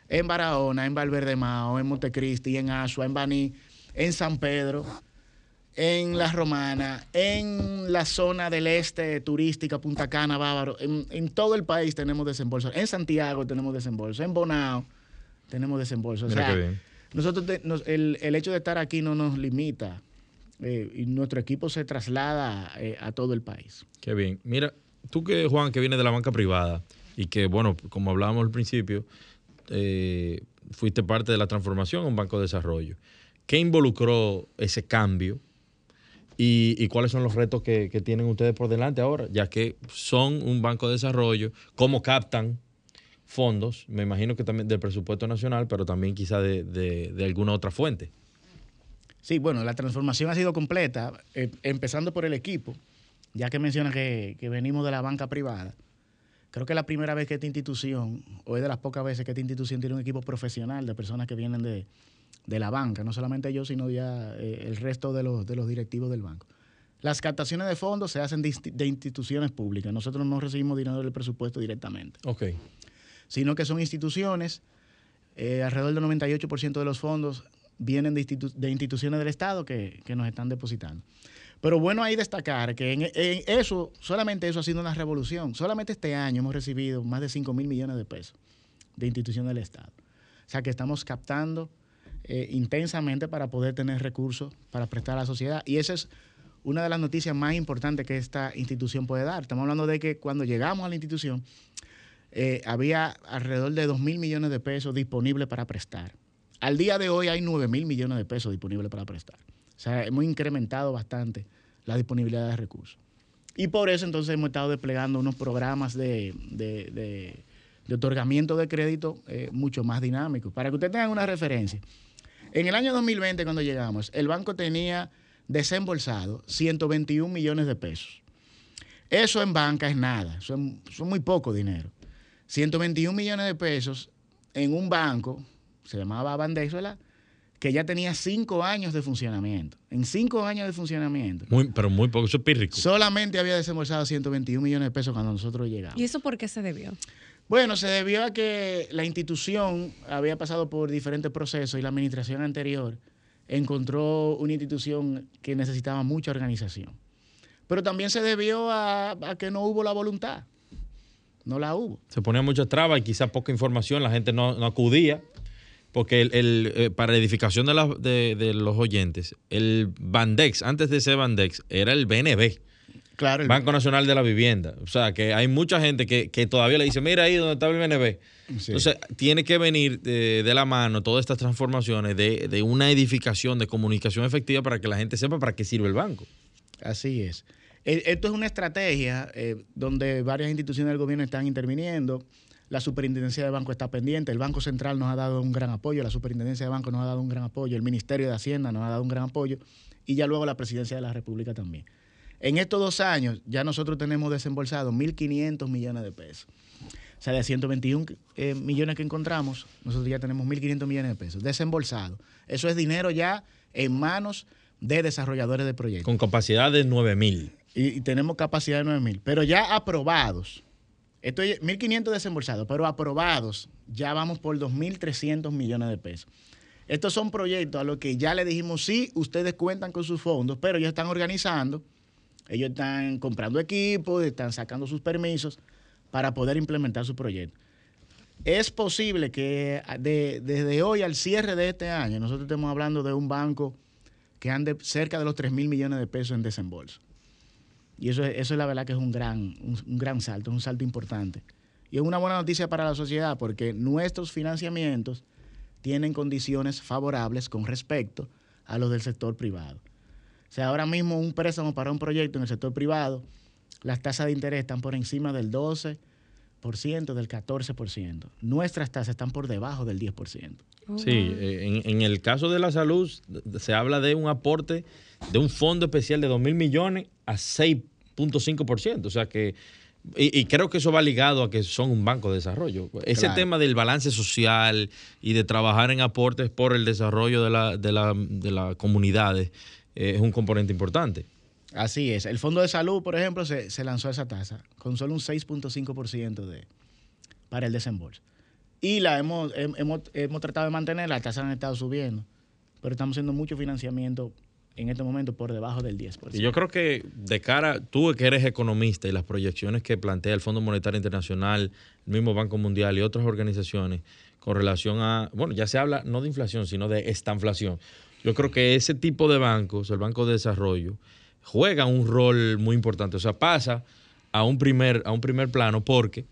P: en Barahona, en Valverde-Mao, en Montecristi, en Asua, en Baní, en San Pedro, en La Romana, en la zona del este turística, Punta Cana, Bávaro, en, en todo el país tenemos desembolsos. En Santiago tenemos desembolsos, en Bonao tenemos desembolsos. O sea, nosotros te, nos, el, el hecho de estar aquí no nos limita eh, y nuestro equipo se traslada eh, a todo el país.
D: Qué bien. Mira, tú que, Juan, que viene de la banca privada y que, bueno, como hablábamos al principio, eh, fuiste parte de la transformación en un banco de desarrollo. ¿Qué involucró ese cambio? ¿Y, y cuáles son los retos que, que tienen ustedes por delante ahora? Ya que son un banco de desarrollo, ¿cómo captan fondos? Me imagino que también del presupuesto nacional, pero también quizá de, de, de alguna otra fuente.
P: Sí, bueno, la transformación ha sido completa, eh, empezando por el equipo, ya que menciona que, que venimos de la banca privada. Creo que es la primera vez que esta institución, o es de las pocas veces que esta institución tiene un equipo profesional de personas que vienen de... de la banca, no solamente yo, sino ya eh, el resto de los, de los directivos del banco. Las captaciones de fondos se hacen de, de instituciones públicas. Nosotros no recibimos dinero del presupuesto directamente.
D: Ok.
P: Sino que son instituciones, eh, alrededor del noventa y ocho por ciento de los fondos vienen de, institu de instituciones del Estado que, que nos están depositando. Pero bueno ahí destacar que en, en eso, solamente eso ha sido una revolución. Solamente este año hemos recibido más de cinco mil millones de pesos de instituciones del Estado. O sea que estamos captando Eh, intensamente para poder tener recursos para prestar a la sociedad. Y esa es una de las noticias más importantes que esta institución puede dar. Estamos hablando de que cuando llegamos a la institución eh, había alrededor de dos mil millones de pesos disponibles para prestar. Al día de hoy hay nueve mil millones de pesos disponibles para prestar. O sea, hemos incrementado bastante la disponibilidad de recursos. Y por eso entonces hemos estado desplegando unos programas de, de, de, de otorgamiento de crédito eh, mucho más dinámicos. Para que ustedes tengan una referencia, en el año dos mil veinte, cuando llegamos, el banco tenía desembolsado ciento veintiún millones de pesos. Eso en banca es nada, eso es, eso es muy poco dinero. ciento veintiún millones de pesos en un banco, se llamaba Bandex, ¿verdad?, que ya tenía cinco años de funcionamiento. En cinco años de funcionamiento.
D: Muy, pero muy poco, eso es pírrico.
P: Solamente había desembolsado ciento veintiún millones de pesos cuando nosotros llegamos.
E: ¿Y eso por qué se debió?
P: Bueno, se debió a que la institución había pasado por diferentes procesos y la administración anterior encontró una institución que necesitaba mucha organización. Pero también se debió a, a que no hubo la voluntad. No la hubo.
D: Se ponía muchas trabas y quizás poca información, la gente no, no acudía, porque el, el, eh, para edificación de, la, de, de los oyentes, el Bandex, antes de ser Bandex, era el B N B.
P: Claro, el
D: Banco Nacional de la Vivienda. O sea, que hay mucha gente que, que todavía le dice, mira ahí donde está el B N B. Sí. Entonces, tiene que venir de, de la mano todas estas transformaciones de, de una edificación de comunicación efectiva para que la gente sepa para qué sirve el banco.
P: Así es. Esto es una estrategia eh, donde varias instituciones del gobierno están interviniendo. La Superintendencia de Banco está pendiente. El Banco Central nos ha dado un gran apoyo. La Superintendencia de Banco nos ha dado un gran apoyo. El Ministerio de Hacienda nos ha dado un gran apoyo. Y ya luego la Presidencia de la República también. En estos dos años ya nosotros tenemos desembolsado mil quinientos millones de pesos. O sea, de ciento veintiún eh, millones que encontramos, nosotros ya tenemos mil quinientos millones de pesos desembolsados. Eso es dinero ya en manos de desarrolladores de proyectos.
D: Con capacidad de nueve mil.
P: Y, y tenemos capacidad de nueve mil. Pero ya aprobados. Esto es mil quinientos desembolsados, pero aprobados ya vamos por dos mil trescientos millones de pesos. Estos son proyectos a los que ya le dijimos, sí, ustedes cuentan con sus fondos, pero ellos están organizando. Ellos están comprando equipos, están sacando sus permisos para poder implementar su proyecto. Es posible que de, desde hoy al cierre de este año, nosotros estemos hablando de un banco que ande cerca de los tres mil millones de pesos en desembolso. Y eso, eso es la verdad que es un gran, un, un gran salto, un salto importante. Y es una buena noticia para la sociedad porque nuestros financiamientos tienen condiciones favorables con respecto a los del sector privado. O sea, ahora mismo un préstamo para un proyecto en el sector privado, las tasas de interés están por encima del doce por ciento, del catorce por ciento. Nuestras tasas están por debajo del diez por ciento.
D: Sí, en, en el caso de la salud se habla de un aporte de un fondo especial de dos mil millones a seis punto cinco por ciento. O sea que, y, y creo que eso va ligado a que son un banco de desarrollo. Ese claro. tema del balance social y de trabajar en aportes por el desarrollo de la, de la, de las comunidades es un componente importante.
P: Así es. El Fondo de Salud, por ejemplo, se, se lanzó esa tasa con solo un seis punto cinco por ciento de, para el desembolso. y la hemos, hemos, hemos tratado de mantener, las tasas han estado subiendo, pero estamos haciendo mucho financiamiento en este momento por debajo del diez por ciento.
D: Y yo creo que de cara, tú que eres economista y las proyecciones que plantea el Fondo Monetario Internacional, el mismo Banco Mundial y otras organizaciones con relación a, bueno, ya se habla no de inflación, sino de estanflación. Yo creo que ese tipo de bancos, el Banco de Desarrollo, juega un rol muy importante. O sea, pasa a un primer, a un primer plano porque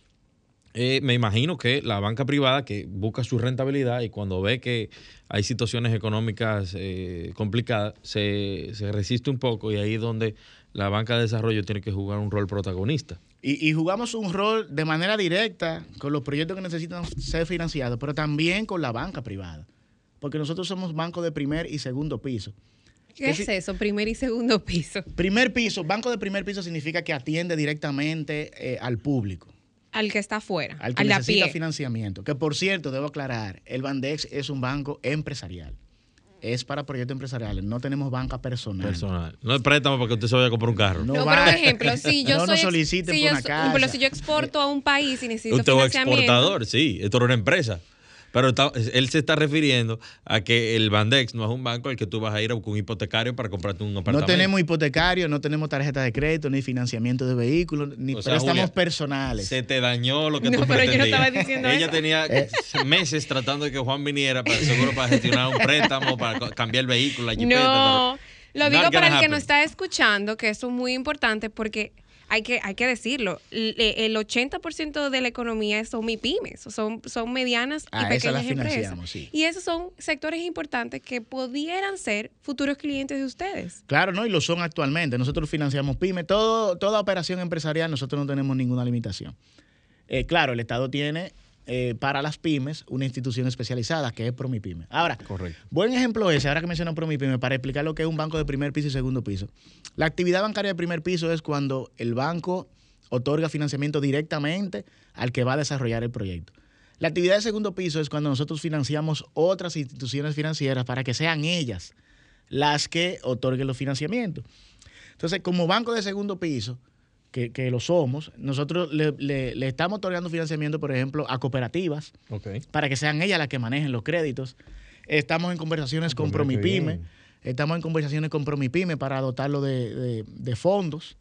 D: eh, me imagino que la banca privada que busca su rentabilidad y cuando ve que hay situaciones económicas eh, complicadas, se, se resiste un poco y ahí es donde la banca de desarrollo tiene que jugar un rol protagonista.
P: Y, y jugamos un rol de manera directa con los proyectos que necesitan ser financiados, pero también con la banca privada, porque nosotros somos banco de primer y segundo piso.
E: ¿Qué es eso, primer y segundo piso?
P: Primer piso, banco de primer piso significa que atiende directamente eh, al público.
E: Al que está afuera,
P: al que
E: al
P: necesita
E: pie.
P: financiamiento. Que por cierto, debo aclarar, el Bandex es un banco empresarial. Es para proyectos empresariales, no tenemos banca personal.
D: Personal. No es préstamo para que usted se vaya a comprar un carro.
E: No, no pero por ejemplo, si yo
P: no
E: soy
P: nos soliciten
E: si
P: por
E: yo,
P: una casa.
E: Pero si yo exporto a un país y necesito
D: usted es
E: financiamiento.
D: exportador, sí, esto es una empresa. Pero está, él se está refiriendo a que el Bandex no es un banco al que tú vas a ir a buscar un hipotecario para comprarte un apartamento.
P: No tenemos hipotecario, no tenemos tarjeta de crédito, ni financiamiento de vehículos, ni
D: o sea,
P: préstamos
D: Julia,
P: personales.
D: Se te dañó lo que
E: no,
D: tú
E: pero
D: pretendías.
E: yo no estaba diciendo
D: Ella
E: eso.
D: tenía
P: Eh.
D: meses tratando de que Juan viniera para seguro para gestionar un préstamo, para cambiar el vehículo, la jipeta.
E: No,
D: pero
E: lo digo
D: not
E: para el
D: gonna
E: que
D: happen.
E: nos está escuchando, que eso es muy importante porque hay que, hay que decirlo, el ochenta por ciento de la economía son MIPYMES, son, son medianas y
P: Ah, esas
E: pequeñas
P: las
E: empresas.
P: financiamos, sí.
E: Y esos son sectores importantes que pudieran ser futuros clientes de ustedes.
P: Claro, ¿no? Y lo son actualmente. Nosotros financiamos pymes. Todo, toda operación empresarial, nosotros no tenemos ninguna limitación. Eh, claro, el Estado tiene eh, para las pymes una institución especializada que es Promipyme. Ahora,
D: correcto.
P: Buen ejemplo ese, ahora que menciono Promipyme, para explicar lo que es un banco de primer piso y segundo piso. La actividad bancaria de primer piso es cuando el banco otorga financiamiento directamente al que va a desarrollar el proyecto. La actividad de segundo piso es cuando nosotros financiamos otras instituciones financieras para que sean ellas las que otorguen los financiamientos. Entonces, como banco de segundo piso, que, que lo somos, nosotros le, le, le estamos otorgando financiamiento, por ejemplo, a cooperativas,
D: okay,
P: para que sean ellas las que manejen los créditos. Estamos en conversaciones con Promipyme, estamos en conversaciones con Promipyme para dotarlo de, de, de fondos.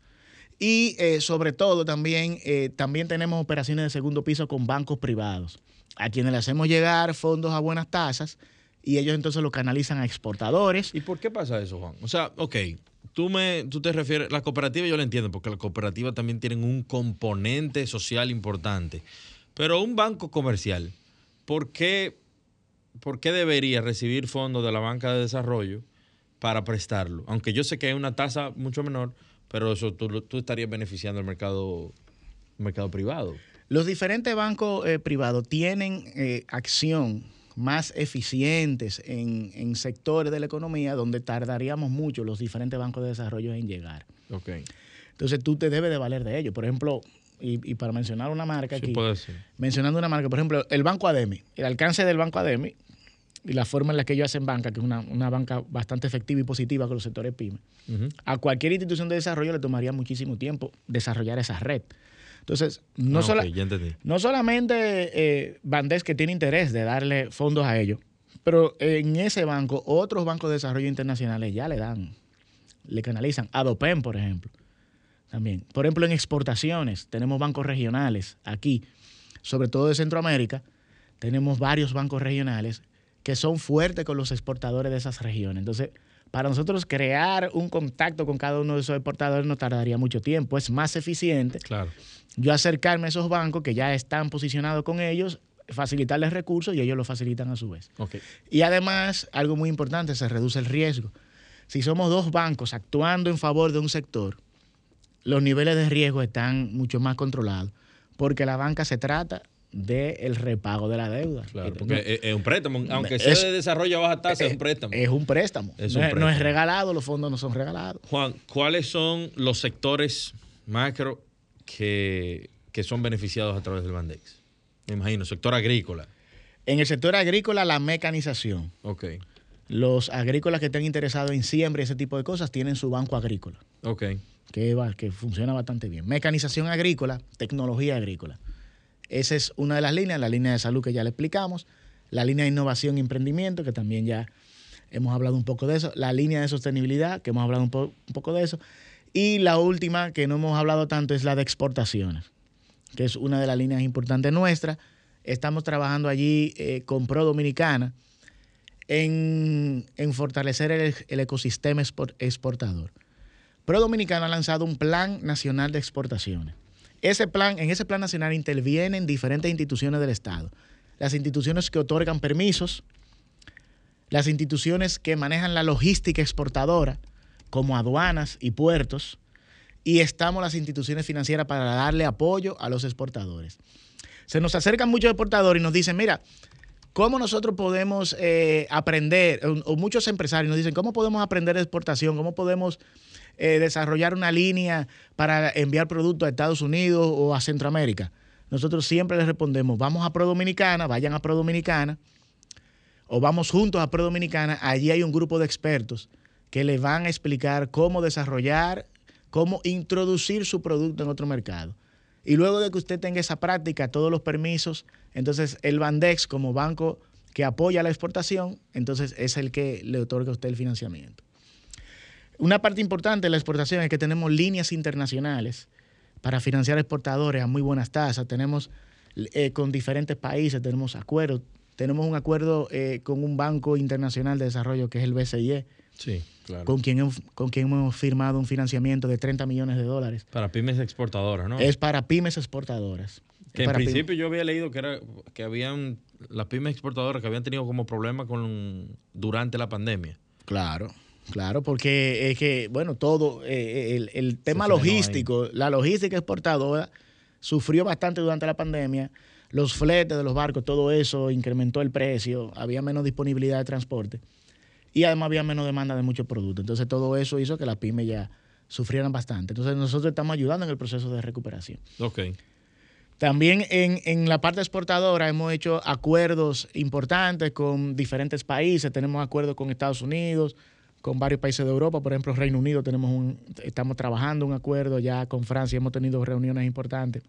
P: Y eh, sobre todo también, eh, también tenemos operaciones de segundo piso con bancos privados, a quienes le hacemos llegar fondos a buenas tasas y ellos entonces lo canalizan a exportadores.
D: ¿Y por qué pasa eso, Juan? O sea, ok, tú, me, tú te refieres, la cooperativa yo la entiendo, porque las cooperativas también tienen un componente social importante, pero un banco comercial, ¿por qué, por qué debería recibir fondos de la banca de desarrollo para prestarlo? Aunque yo sé que hay una tasa mucho menor, pero eso tú, tú estarías beneficiando al mercado, mercado privado.
P: Los diferentes bancos eh, privados tienen eh, acción más eficientes en, en sectores de la economía donde tardaríamos mucho los diferentes bancos de desarrollo en llegar.
D: Okay.
P: Entonces tú te debes de valer de ello. Por ejemplo, y, y para mencionar una marca
D: Sí,
P: aquí,
D: puede ser.
P: mencionando una marca, por ejemplo, el Banco Ademi, el alcance del Banco Ademi y la forma en la que ellos hacen banca, que es una, una banca bastante efectiva y positiva con los sectores pymes,
D: Uh-huh.
P: a cualquier institución de desarrollo le tomaría muchísimo tiempo desarrollar esa red. Entonces, no,
D: Ah,
P: sola,
D: ok, ya entendí.
P: no solamente eh, Bandex que tiene interés de darle fondos a ellos, pero en ese banco, otros bancos de desarrollo internacionales ya le dan, le canalizan. Adopen, por ejemplo, también. Por ejemplo, en exportaciones, tenemos bancos regionales aquí, sobre todo de Centroamérica, tenemos varios bancos regionales que son fuertes con los exportadores de esas regiones. Entonces, para nosotros crear un contacto con cada uno de esos exportadores nos tardaría mucho tiempo. Es más eficiente
D: Claro.
P: yo acercarme a esos bancos que ya están posicionados con ellos, facilitarles recursos y ellos lo facilitan a su vez.
D: Okay.
P: Y además, algo muy importante, se reduce el riesgo. Si somos dos bancos actuando en favor de un sector, los niveles de riesgo están mucho más controlados, porque la banca se trata del repago de la deuda.
D: Claro,
P: No-
D: porque es, es un préstamo, aunque sea
P: es-
D: de desarrollo a baja tasa, es un préstamo.
P: Es un préstamo.
D: Es
P: no,
D: un
P: es, no
D: préstamo.
P: es regalado, los fondos no son regalados.
D: Juan, ¿cuáles son los sectores macro que, que son beneficiados a través del Bandex? Me imagino, sector agrícola.
P: En el sector agrícola, la mecanización.
D: Ok,
P: Los agrícolas que estén interesados en siembra y ese tipo de cosas tienen su banco agrícola,
D: ok.
P: que, va- que funciona bastante bien. Mecanización agrícola, tecnología agrícola. Esa es una de las líneas, la línea de salud que ya le explicamos, la línea de innovación y emprendimiento, que también ya hemos hablado un poco de eso, la línea de sostenibilidad, que hemos hablado un, po- un poco de eso, y la última, que no hemos hablado tanto, es la de exportaciones, que es una de las líneas importantes nuestras. Estamos trabajando allí eh, con Pro Dominicana en, en fortalecer el, el ecosistema export, exportador. Pro Dominicana ha lanzado un plan nacional de exportaciones. Ese plan, en ese plan nacional intervienen diferentes instituciones del Estado. Las instituciones que otorgan permisos, las instituciones que manejan la logística exportadora, como aduanas y puertos, y estamos las instituciones financieras para darle apoyo a los exportadores. Se nos acercan muchos exportadores y nos dicen, mira, ¿cómo nosotros podemos eh, aprender? O, o muchos empresarios nos dicen, ¿cómo podemos aprender de exportación? ¿Cómo podemos eh, desarrollar una línea para enviar productos a Estados Unidos o a Centroamérica? Nosotros siempre les respondemos, vamos a Pro Dominicana, vayan a Pro Dominicana, o vamos juntos a Pro Dominicana, allí hay un grupo de expertos que les van a explicar cómo desarrollar, cómo introducir su producto en otro mercado. Y luego de que usted tenga esa práctica, todos los permisos, entonces el Bandex como banco que apoya la exportación, entonces es el que le otorga a usted el financiamiento. Una parte importante de la exportación es que tenemos líneas internacionales para financiar exportadores a muy buenas tasas. Tenemos eh, con diferentes países, tenemos acuerdos. Tenemos un acuerdo eh, con un banco internacional de desarrollo que es el B C I E.
D: Sí, claro.
P: Con quien, hemos, con quien hemos firmado un financiamiento de treinta millones de dólares.
D: Para pymes exportadoras, ¿no?
P: Es para pymes exportadoras.
D: Que
P: es
D: en
P: para
D: principio
P: pymes.
D: yo había leído que era que habían las pymes exportadoras que habían tenido como problemas con durante la pandemia.
P: Claro, claro, porque es que, bueno, todo, eh, el, el tema
D: Se frenó
P: logístico,
D: ahí.
P: la logística exportadora sufrió bastante durante la pandemia. Los fletes de los barcos, todo eso incrementó el precio, había menos disponibilidad de transporte y además había menos demanda de muchos productos. Entonces todo eso hizo que las pymes ya sufrieran bastante. Entonces nosotros estamos ayudando en el proceso de recuperación.
D: Ok.
P: También en, en la parte exportadora hemos hecho acuerdos importantes con diferentes países. Tenemos acuerdos con Estados Unidos, con varios países de Europa. Por ejemplo, Reino Unido, tenemos un, estamos trabajando un acuerdo ya con Francia. Hemos tenido reuniones importantes.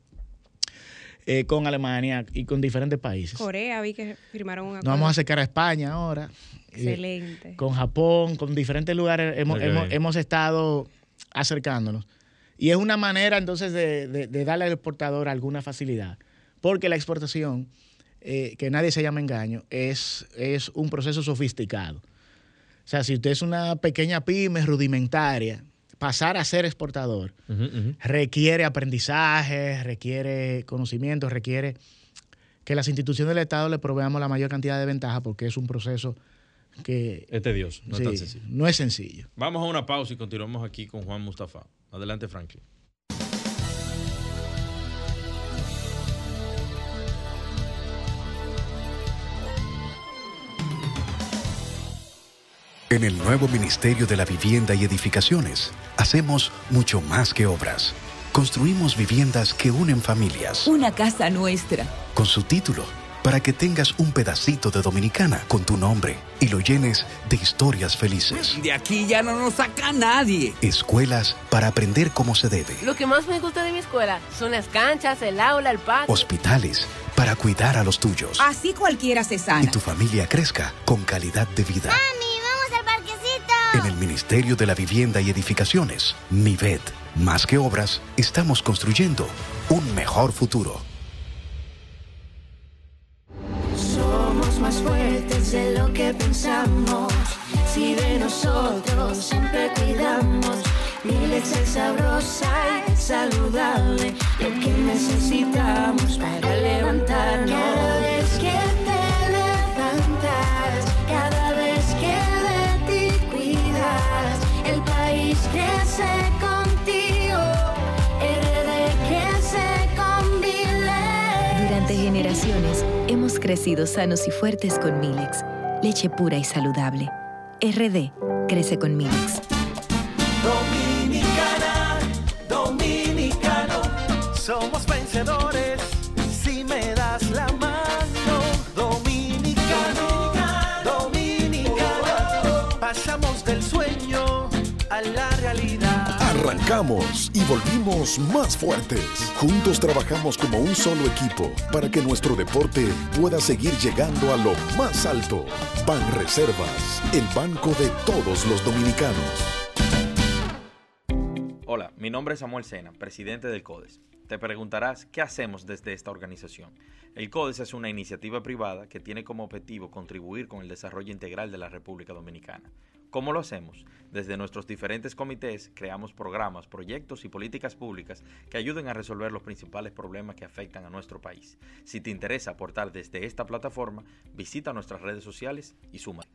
P: Eh, con Alemania y con diferentes países.
E: Corea, vi que firmaron un acuerdo.
P: Nos vamos a acercar a España ahora.
E: Excelente.
P: Eh, con Japón, con diferentes lugares hemos,
D: Okay.
P: hemos, hemos estado acercándonos. Y es una manera entonces de, de, de darle al exportador alguna facilidad. Porque la exportación, eh, que nadie se llama engaño, es, es un proceso sofisticado. O sea, si usted es una pequeña pyme rudimentaria, pasar a ser exportador
D: Uh-huh, uh-huh.
P: requiere aprendizaje, requiere conocimiento, requiere que las instituciones del Estado le proveamos la mayor cantidad de ventajas porque es un proceso que...
D: Es tedioso, no
P: sí,
D: es tan sencillo.
P: no es sencillo.
D: Vamos a una pausa y continuamos aquí con Juan Mustafa. Adelante, Franklin.
I: En el nuevo Ministerio de la Vivienda y Edificaciones, hacemos mucho más que obras. Construimos viviendas que unen familias.
J: Una casa nuestra.
I: Con su título, para que tengas un pedacito de Dominicana con tu nombre y lo llenes de historias felices.
J: De aquí ya no nos saca nadie.
I: Escuelas para aprender cómo se debe.
K: Lo que más me gusta de mi escuela son las canchas, el aula, el patio.
I: Hospitales para cuidar a los tuyos.
J: Así cualquiera se sana.
I: Y tu familia crezca con calidad de vida.
L: ¡Mami, vamos al parquecito!
I: En el Ministerio de la Vivienda y Edificaciones, MIVED, más que obras, estamos construyendo un mejor futuro.
N: Somos más fuertes de lo que pensamos. Si de nosotros siempre cuidamos, Milex es sabrosa y saludable, lo que necesitamos para levantarnos. Cada vez que te levantas, cada vez que de ti cuidas, el país crece contigo, R D crece con Milex.
F: Durante generaciones hemos crecido sanos y fuertes con Milex, leche pura y saludable. R D crece con Milex.
G: Dominicana, dominicano, somos vencedores si me das la mano. Dominicano, dominicano, pasamos del sueño a la realidad.
H: Arrancamos y volvimos más fuertes. Juntos trabajamos como un solo equipo para que nuestro deporte pueda seguir llegando a lo más alto. Banreservas, el banco de todos los dominicanos.
D: Hola, mi nombre es Samuel Sena, presidente del CODES. Te preguntarás, ¿qué hacemos desde esta organización? El CODES es una iniciativa privada que tiene como objetivo contribuir con el desarrollo integral de la República Dominicana. ¿Cómo lo hacemos? Desde nuestros diferentes comités creamos programas, proyectos y políticas públicas que ayuden a resolver los principales problemas que afectan a nuestro país. Si te interesa aportar desde esta plataforma, visita nuestras redes sociales y súmate.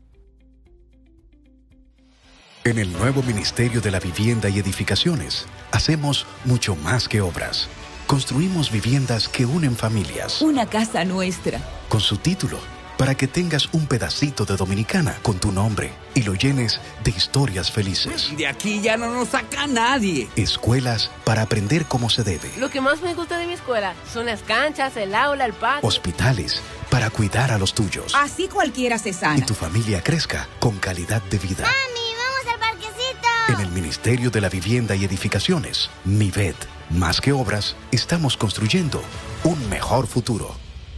I: En el nuevo Ministerio de la Vivienda y Edificaciones, hacemos mucho más que obras. Construimos viviendas que unen familias.
J: Una casa nuestra.
I: Con su título, para que tengas un pedacito de Dominicana con tu nombre y lo llenes de historias felices.
J: De aquí ya no nos saca nadie.
I: Escuelas para aprender como se debe.
K: Lo que más me gusta de mi escuela son las canchas, el aula, el patio.
I: Hospitales para cuidar a los tuyos.
J: Así cualquiera se sana.
I: Y tu familia crezca con calidad de vida.
L: ¡Mami, vamos al parquecito!
I: En el Ministerio de la Vivienda y Edificaciones, MIVED, más que obras, estamos construyendo un mejor futuro.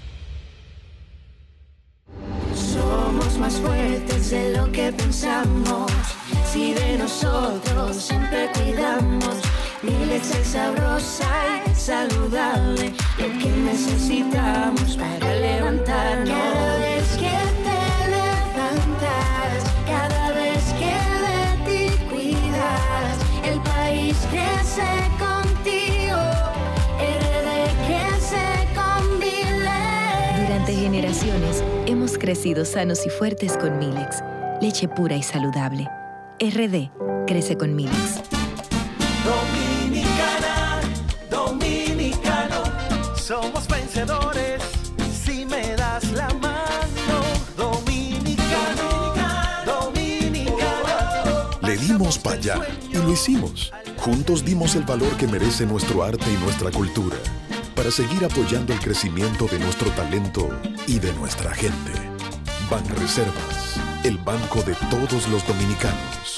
N: Somos más fuertes de lo que pensamos. Si de nosotros siempre cuidamos. Milex es sabrosa y saludable. Lo que necesitamos para levantarnos. Cada vez que te levantas, cada vez que de ti cuidas, el país crece contigo. R D crece con Milex.
F: Durante generaciones hemos crecido sanos y fuertes con Milex, leche pura y saludable. R D crece con Milex.
G: Dominicana, dominicano, somos vencedores si me das la mano. Dominicano, dominicano.
H: Le dimos para allá y lo hicimos. Juntos dimos el valor que merece nuestro arte y nuestra cultura para seguir apoyando el crecimiento de nuestro talento y de nuestra gente. Banreservas, el banco de todos los dominicanos.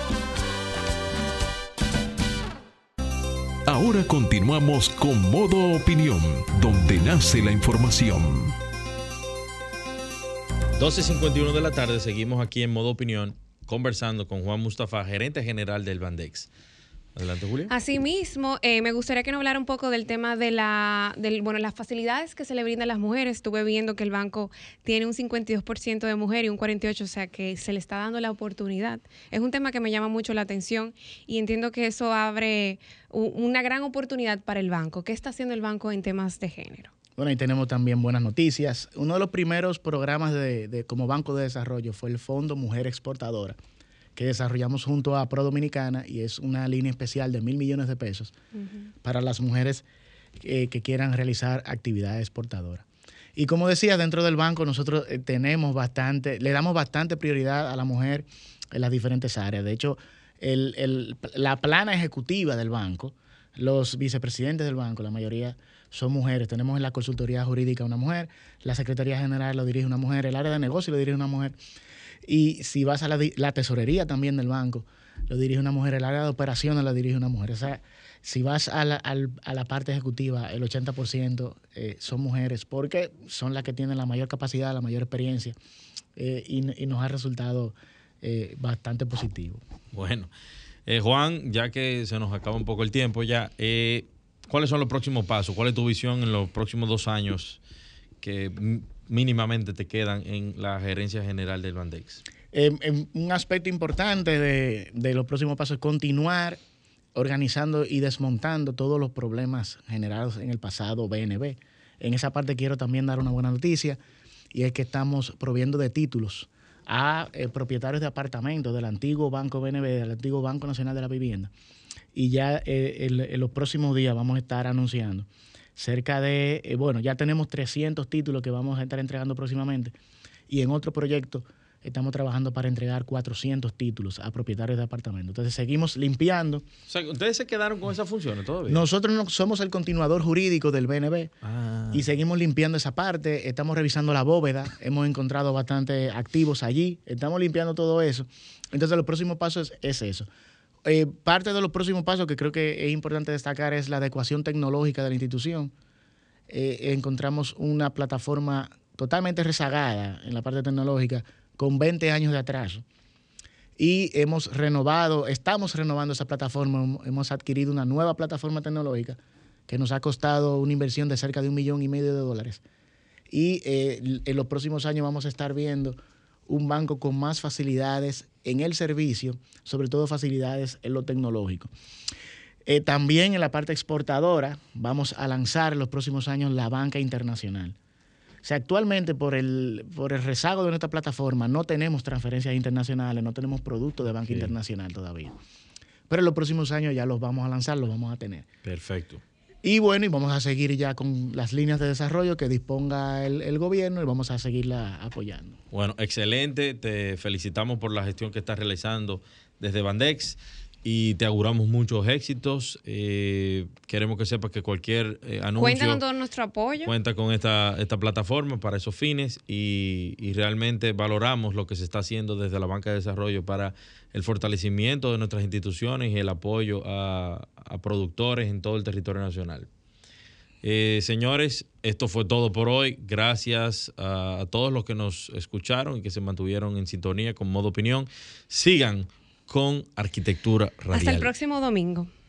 C: Ahora continuamos con Modo Opinión, donde nace la información.
D: doce cincuenta y uno de la tarde, seguimos aquí en Modo Opinión, conversando con Juan Mustafa, gerente general del Bandex. Adelante, Julia.
E: Asimismo, eh, me gustaría que nos hablara un poco del tema de la, del, bueno, las facilidades que se le brindan a las mujeres. Estuve viendo que el banco tiene un cincuenta y dos por ciento de mujer y un cuarenta y ocho por ciento, o sea que se le está dando la oportunidad. Es un tema que me llama mucho la atención y entiendo que eso abre u- una gran oportunidad para el banco. ¿Qué está haciendo el banco en temas de género?
P: Bueno, ahí tenemos también buenas noticias. Uno de los primeros programas de, de como Banco de Desarrollo fue el Fondo Mujer Exportadora, que desarrollamos junto a Pro Dominicana, y es una línea especial de mil millones de pesos uh-huh. para las mujeres eh, que quieran realizar actividades exportadoras. Y como decía, dentro del banco nosotros eh, tenemos bastante, le damos bastante prioridad a la mujer en las diferentes áreas. De hecho, el, el, la plana ejecutiva del banco, los vicepresidentes del banco, la mayoría son mujeres. Tenemos en la consultoría jurídica una mujer, la Secretaría General lo dirige una mujer, el área de negocio lo dirige una mujer. Y si vas a la, la tesorería también del banco, lo dirige una mujer, el área de operaciones lo dirige una mujer. O sea, si vas a la, a a la parte ejecutiva, el ochenta por ciento eh, son mujeres, porque son las que tienen la mayor capacidad, la mayor experiencia, eh, y, y nos ha resultado eh, bastante positivo.
D: Bueno, eh, Juan, ya que se nos acaba un poco el tiempo ya, eh, ¿cuáles son los próximos pasos? ¿Cuál es tu visión en los próximos dos años que mínimamente te quedan en la gerencia general del Bandex?
P: Eh, eh, un aspecto importante de, de los próximos pasos es continuar organizando y desmontando todos los problemas generados en el pasado B N B. En esa parte quiero también dar una buena noticia, y es que estamos proviendo de títulos a eh, propietarios de apartamentos del antiguo Banco B N B, del antiguo Banco Nacional de la Vivienda. Y ya eh, en, en los próximos días vamos a estar anunciando cerca de, eh, bueno, ya tenemos trescientos títulos que vamos a estar entregando próximamente, y en otro proyecto estamos trabajando para entregar cuatrocientos títulos a propietarios de apartamentos. Entonces seguimos limpiando.
D: O sea, ¿ustedes se quedaron con esas funciones todavía?
P: Nosotros no somos el continuador jurídico del B N B
D: ah.
P: y seguimos limpiando esa parte. Estamos revisando la bóveda, hemos encontrado bastante activos allí, estamos limpiando todo eso. Entonces los próximos pasos es, es eso. eh, parte de los próximos pasos que creo que es importante destacar es la adecuación tecnológica de la institución. Eh, encontramos una plataforma totalmente rezagada en la parte tecnológica con veinte años de atraso. Y hemos renovado, estamos renovando esa plataforma, hemos adquirido una nueva plataforma tecnológica que nos ha costado una inversión de cerca de un millón y medio de dólares. Y eh, en los próximos años vamos a estar viendo un banco con más facilidades en el servicio, sobre todo facilidades en lo tecnológico. Eh, también en la parte exportadora vamos a lanzar en los próximos años la banca internacional. O sea, actualmente por el, por el rezago de nuestra plataforma no tenemos transferencias internacionales, no tenemos productos de banca sí. internacional todavía. Pero en los próximos años ya los vamos a lanzar, los vamos a tener.
D: Perfecto.
P: Y bueno, y vamos a seguir ya con las líneas de desarrollo que disponga el, el gobierno y vamos a seguirla apoyando.
D: Bueno, excelente. Te felicitamos por la gestión que estás realizando desde Bandex y te auguramos muchos éxitos. Eh, queremos que sepas que cualquier eh, anuncio...
E: Cuenta con todo nuestro apoyo.
D: Cuenta con esta, esta plataforma para esos fines y, y realmente valoramos lo que se está haciendo desde la Banca de Desarrollo para el fortalecimiento de nuestras instituciones y el apoyo a, a productores en todo el territorio nacional. Eh, señores, esto fue todo por hoy. Gracias a, a todos los que nos escucharon y que se mantuvieron en sintonía con Modo Opinión. Sigan con Arquitectura Radial.
E: Hasta el próximo domingo.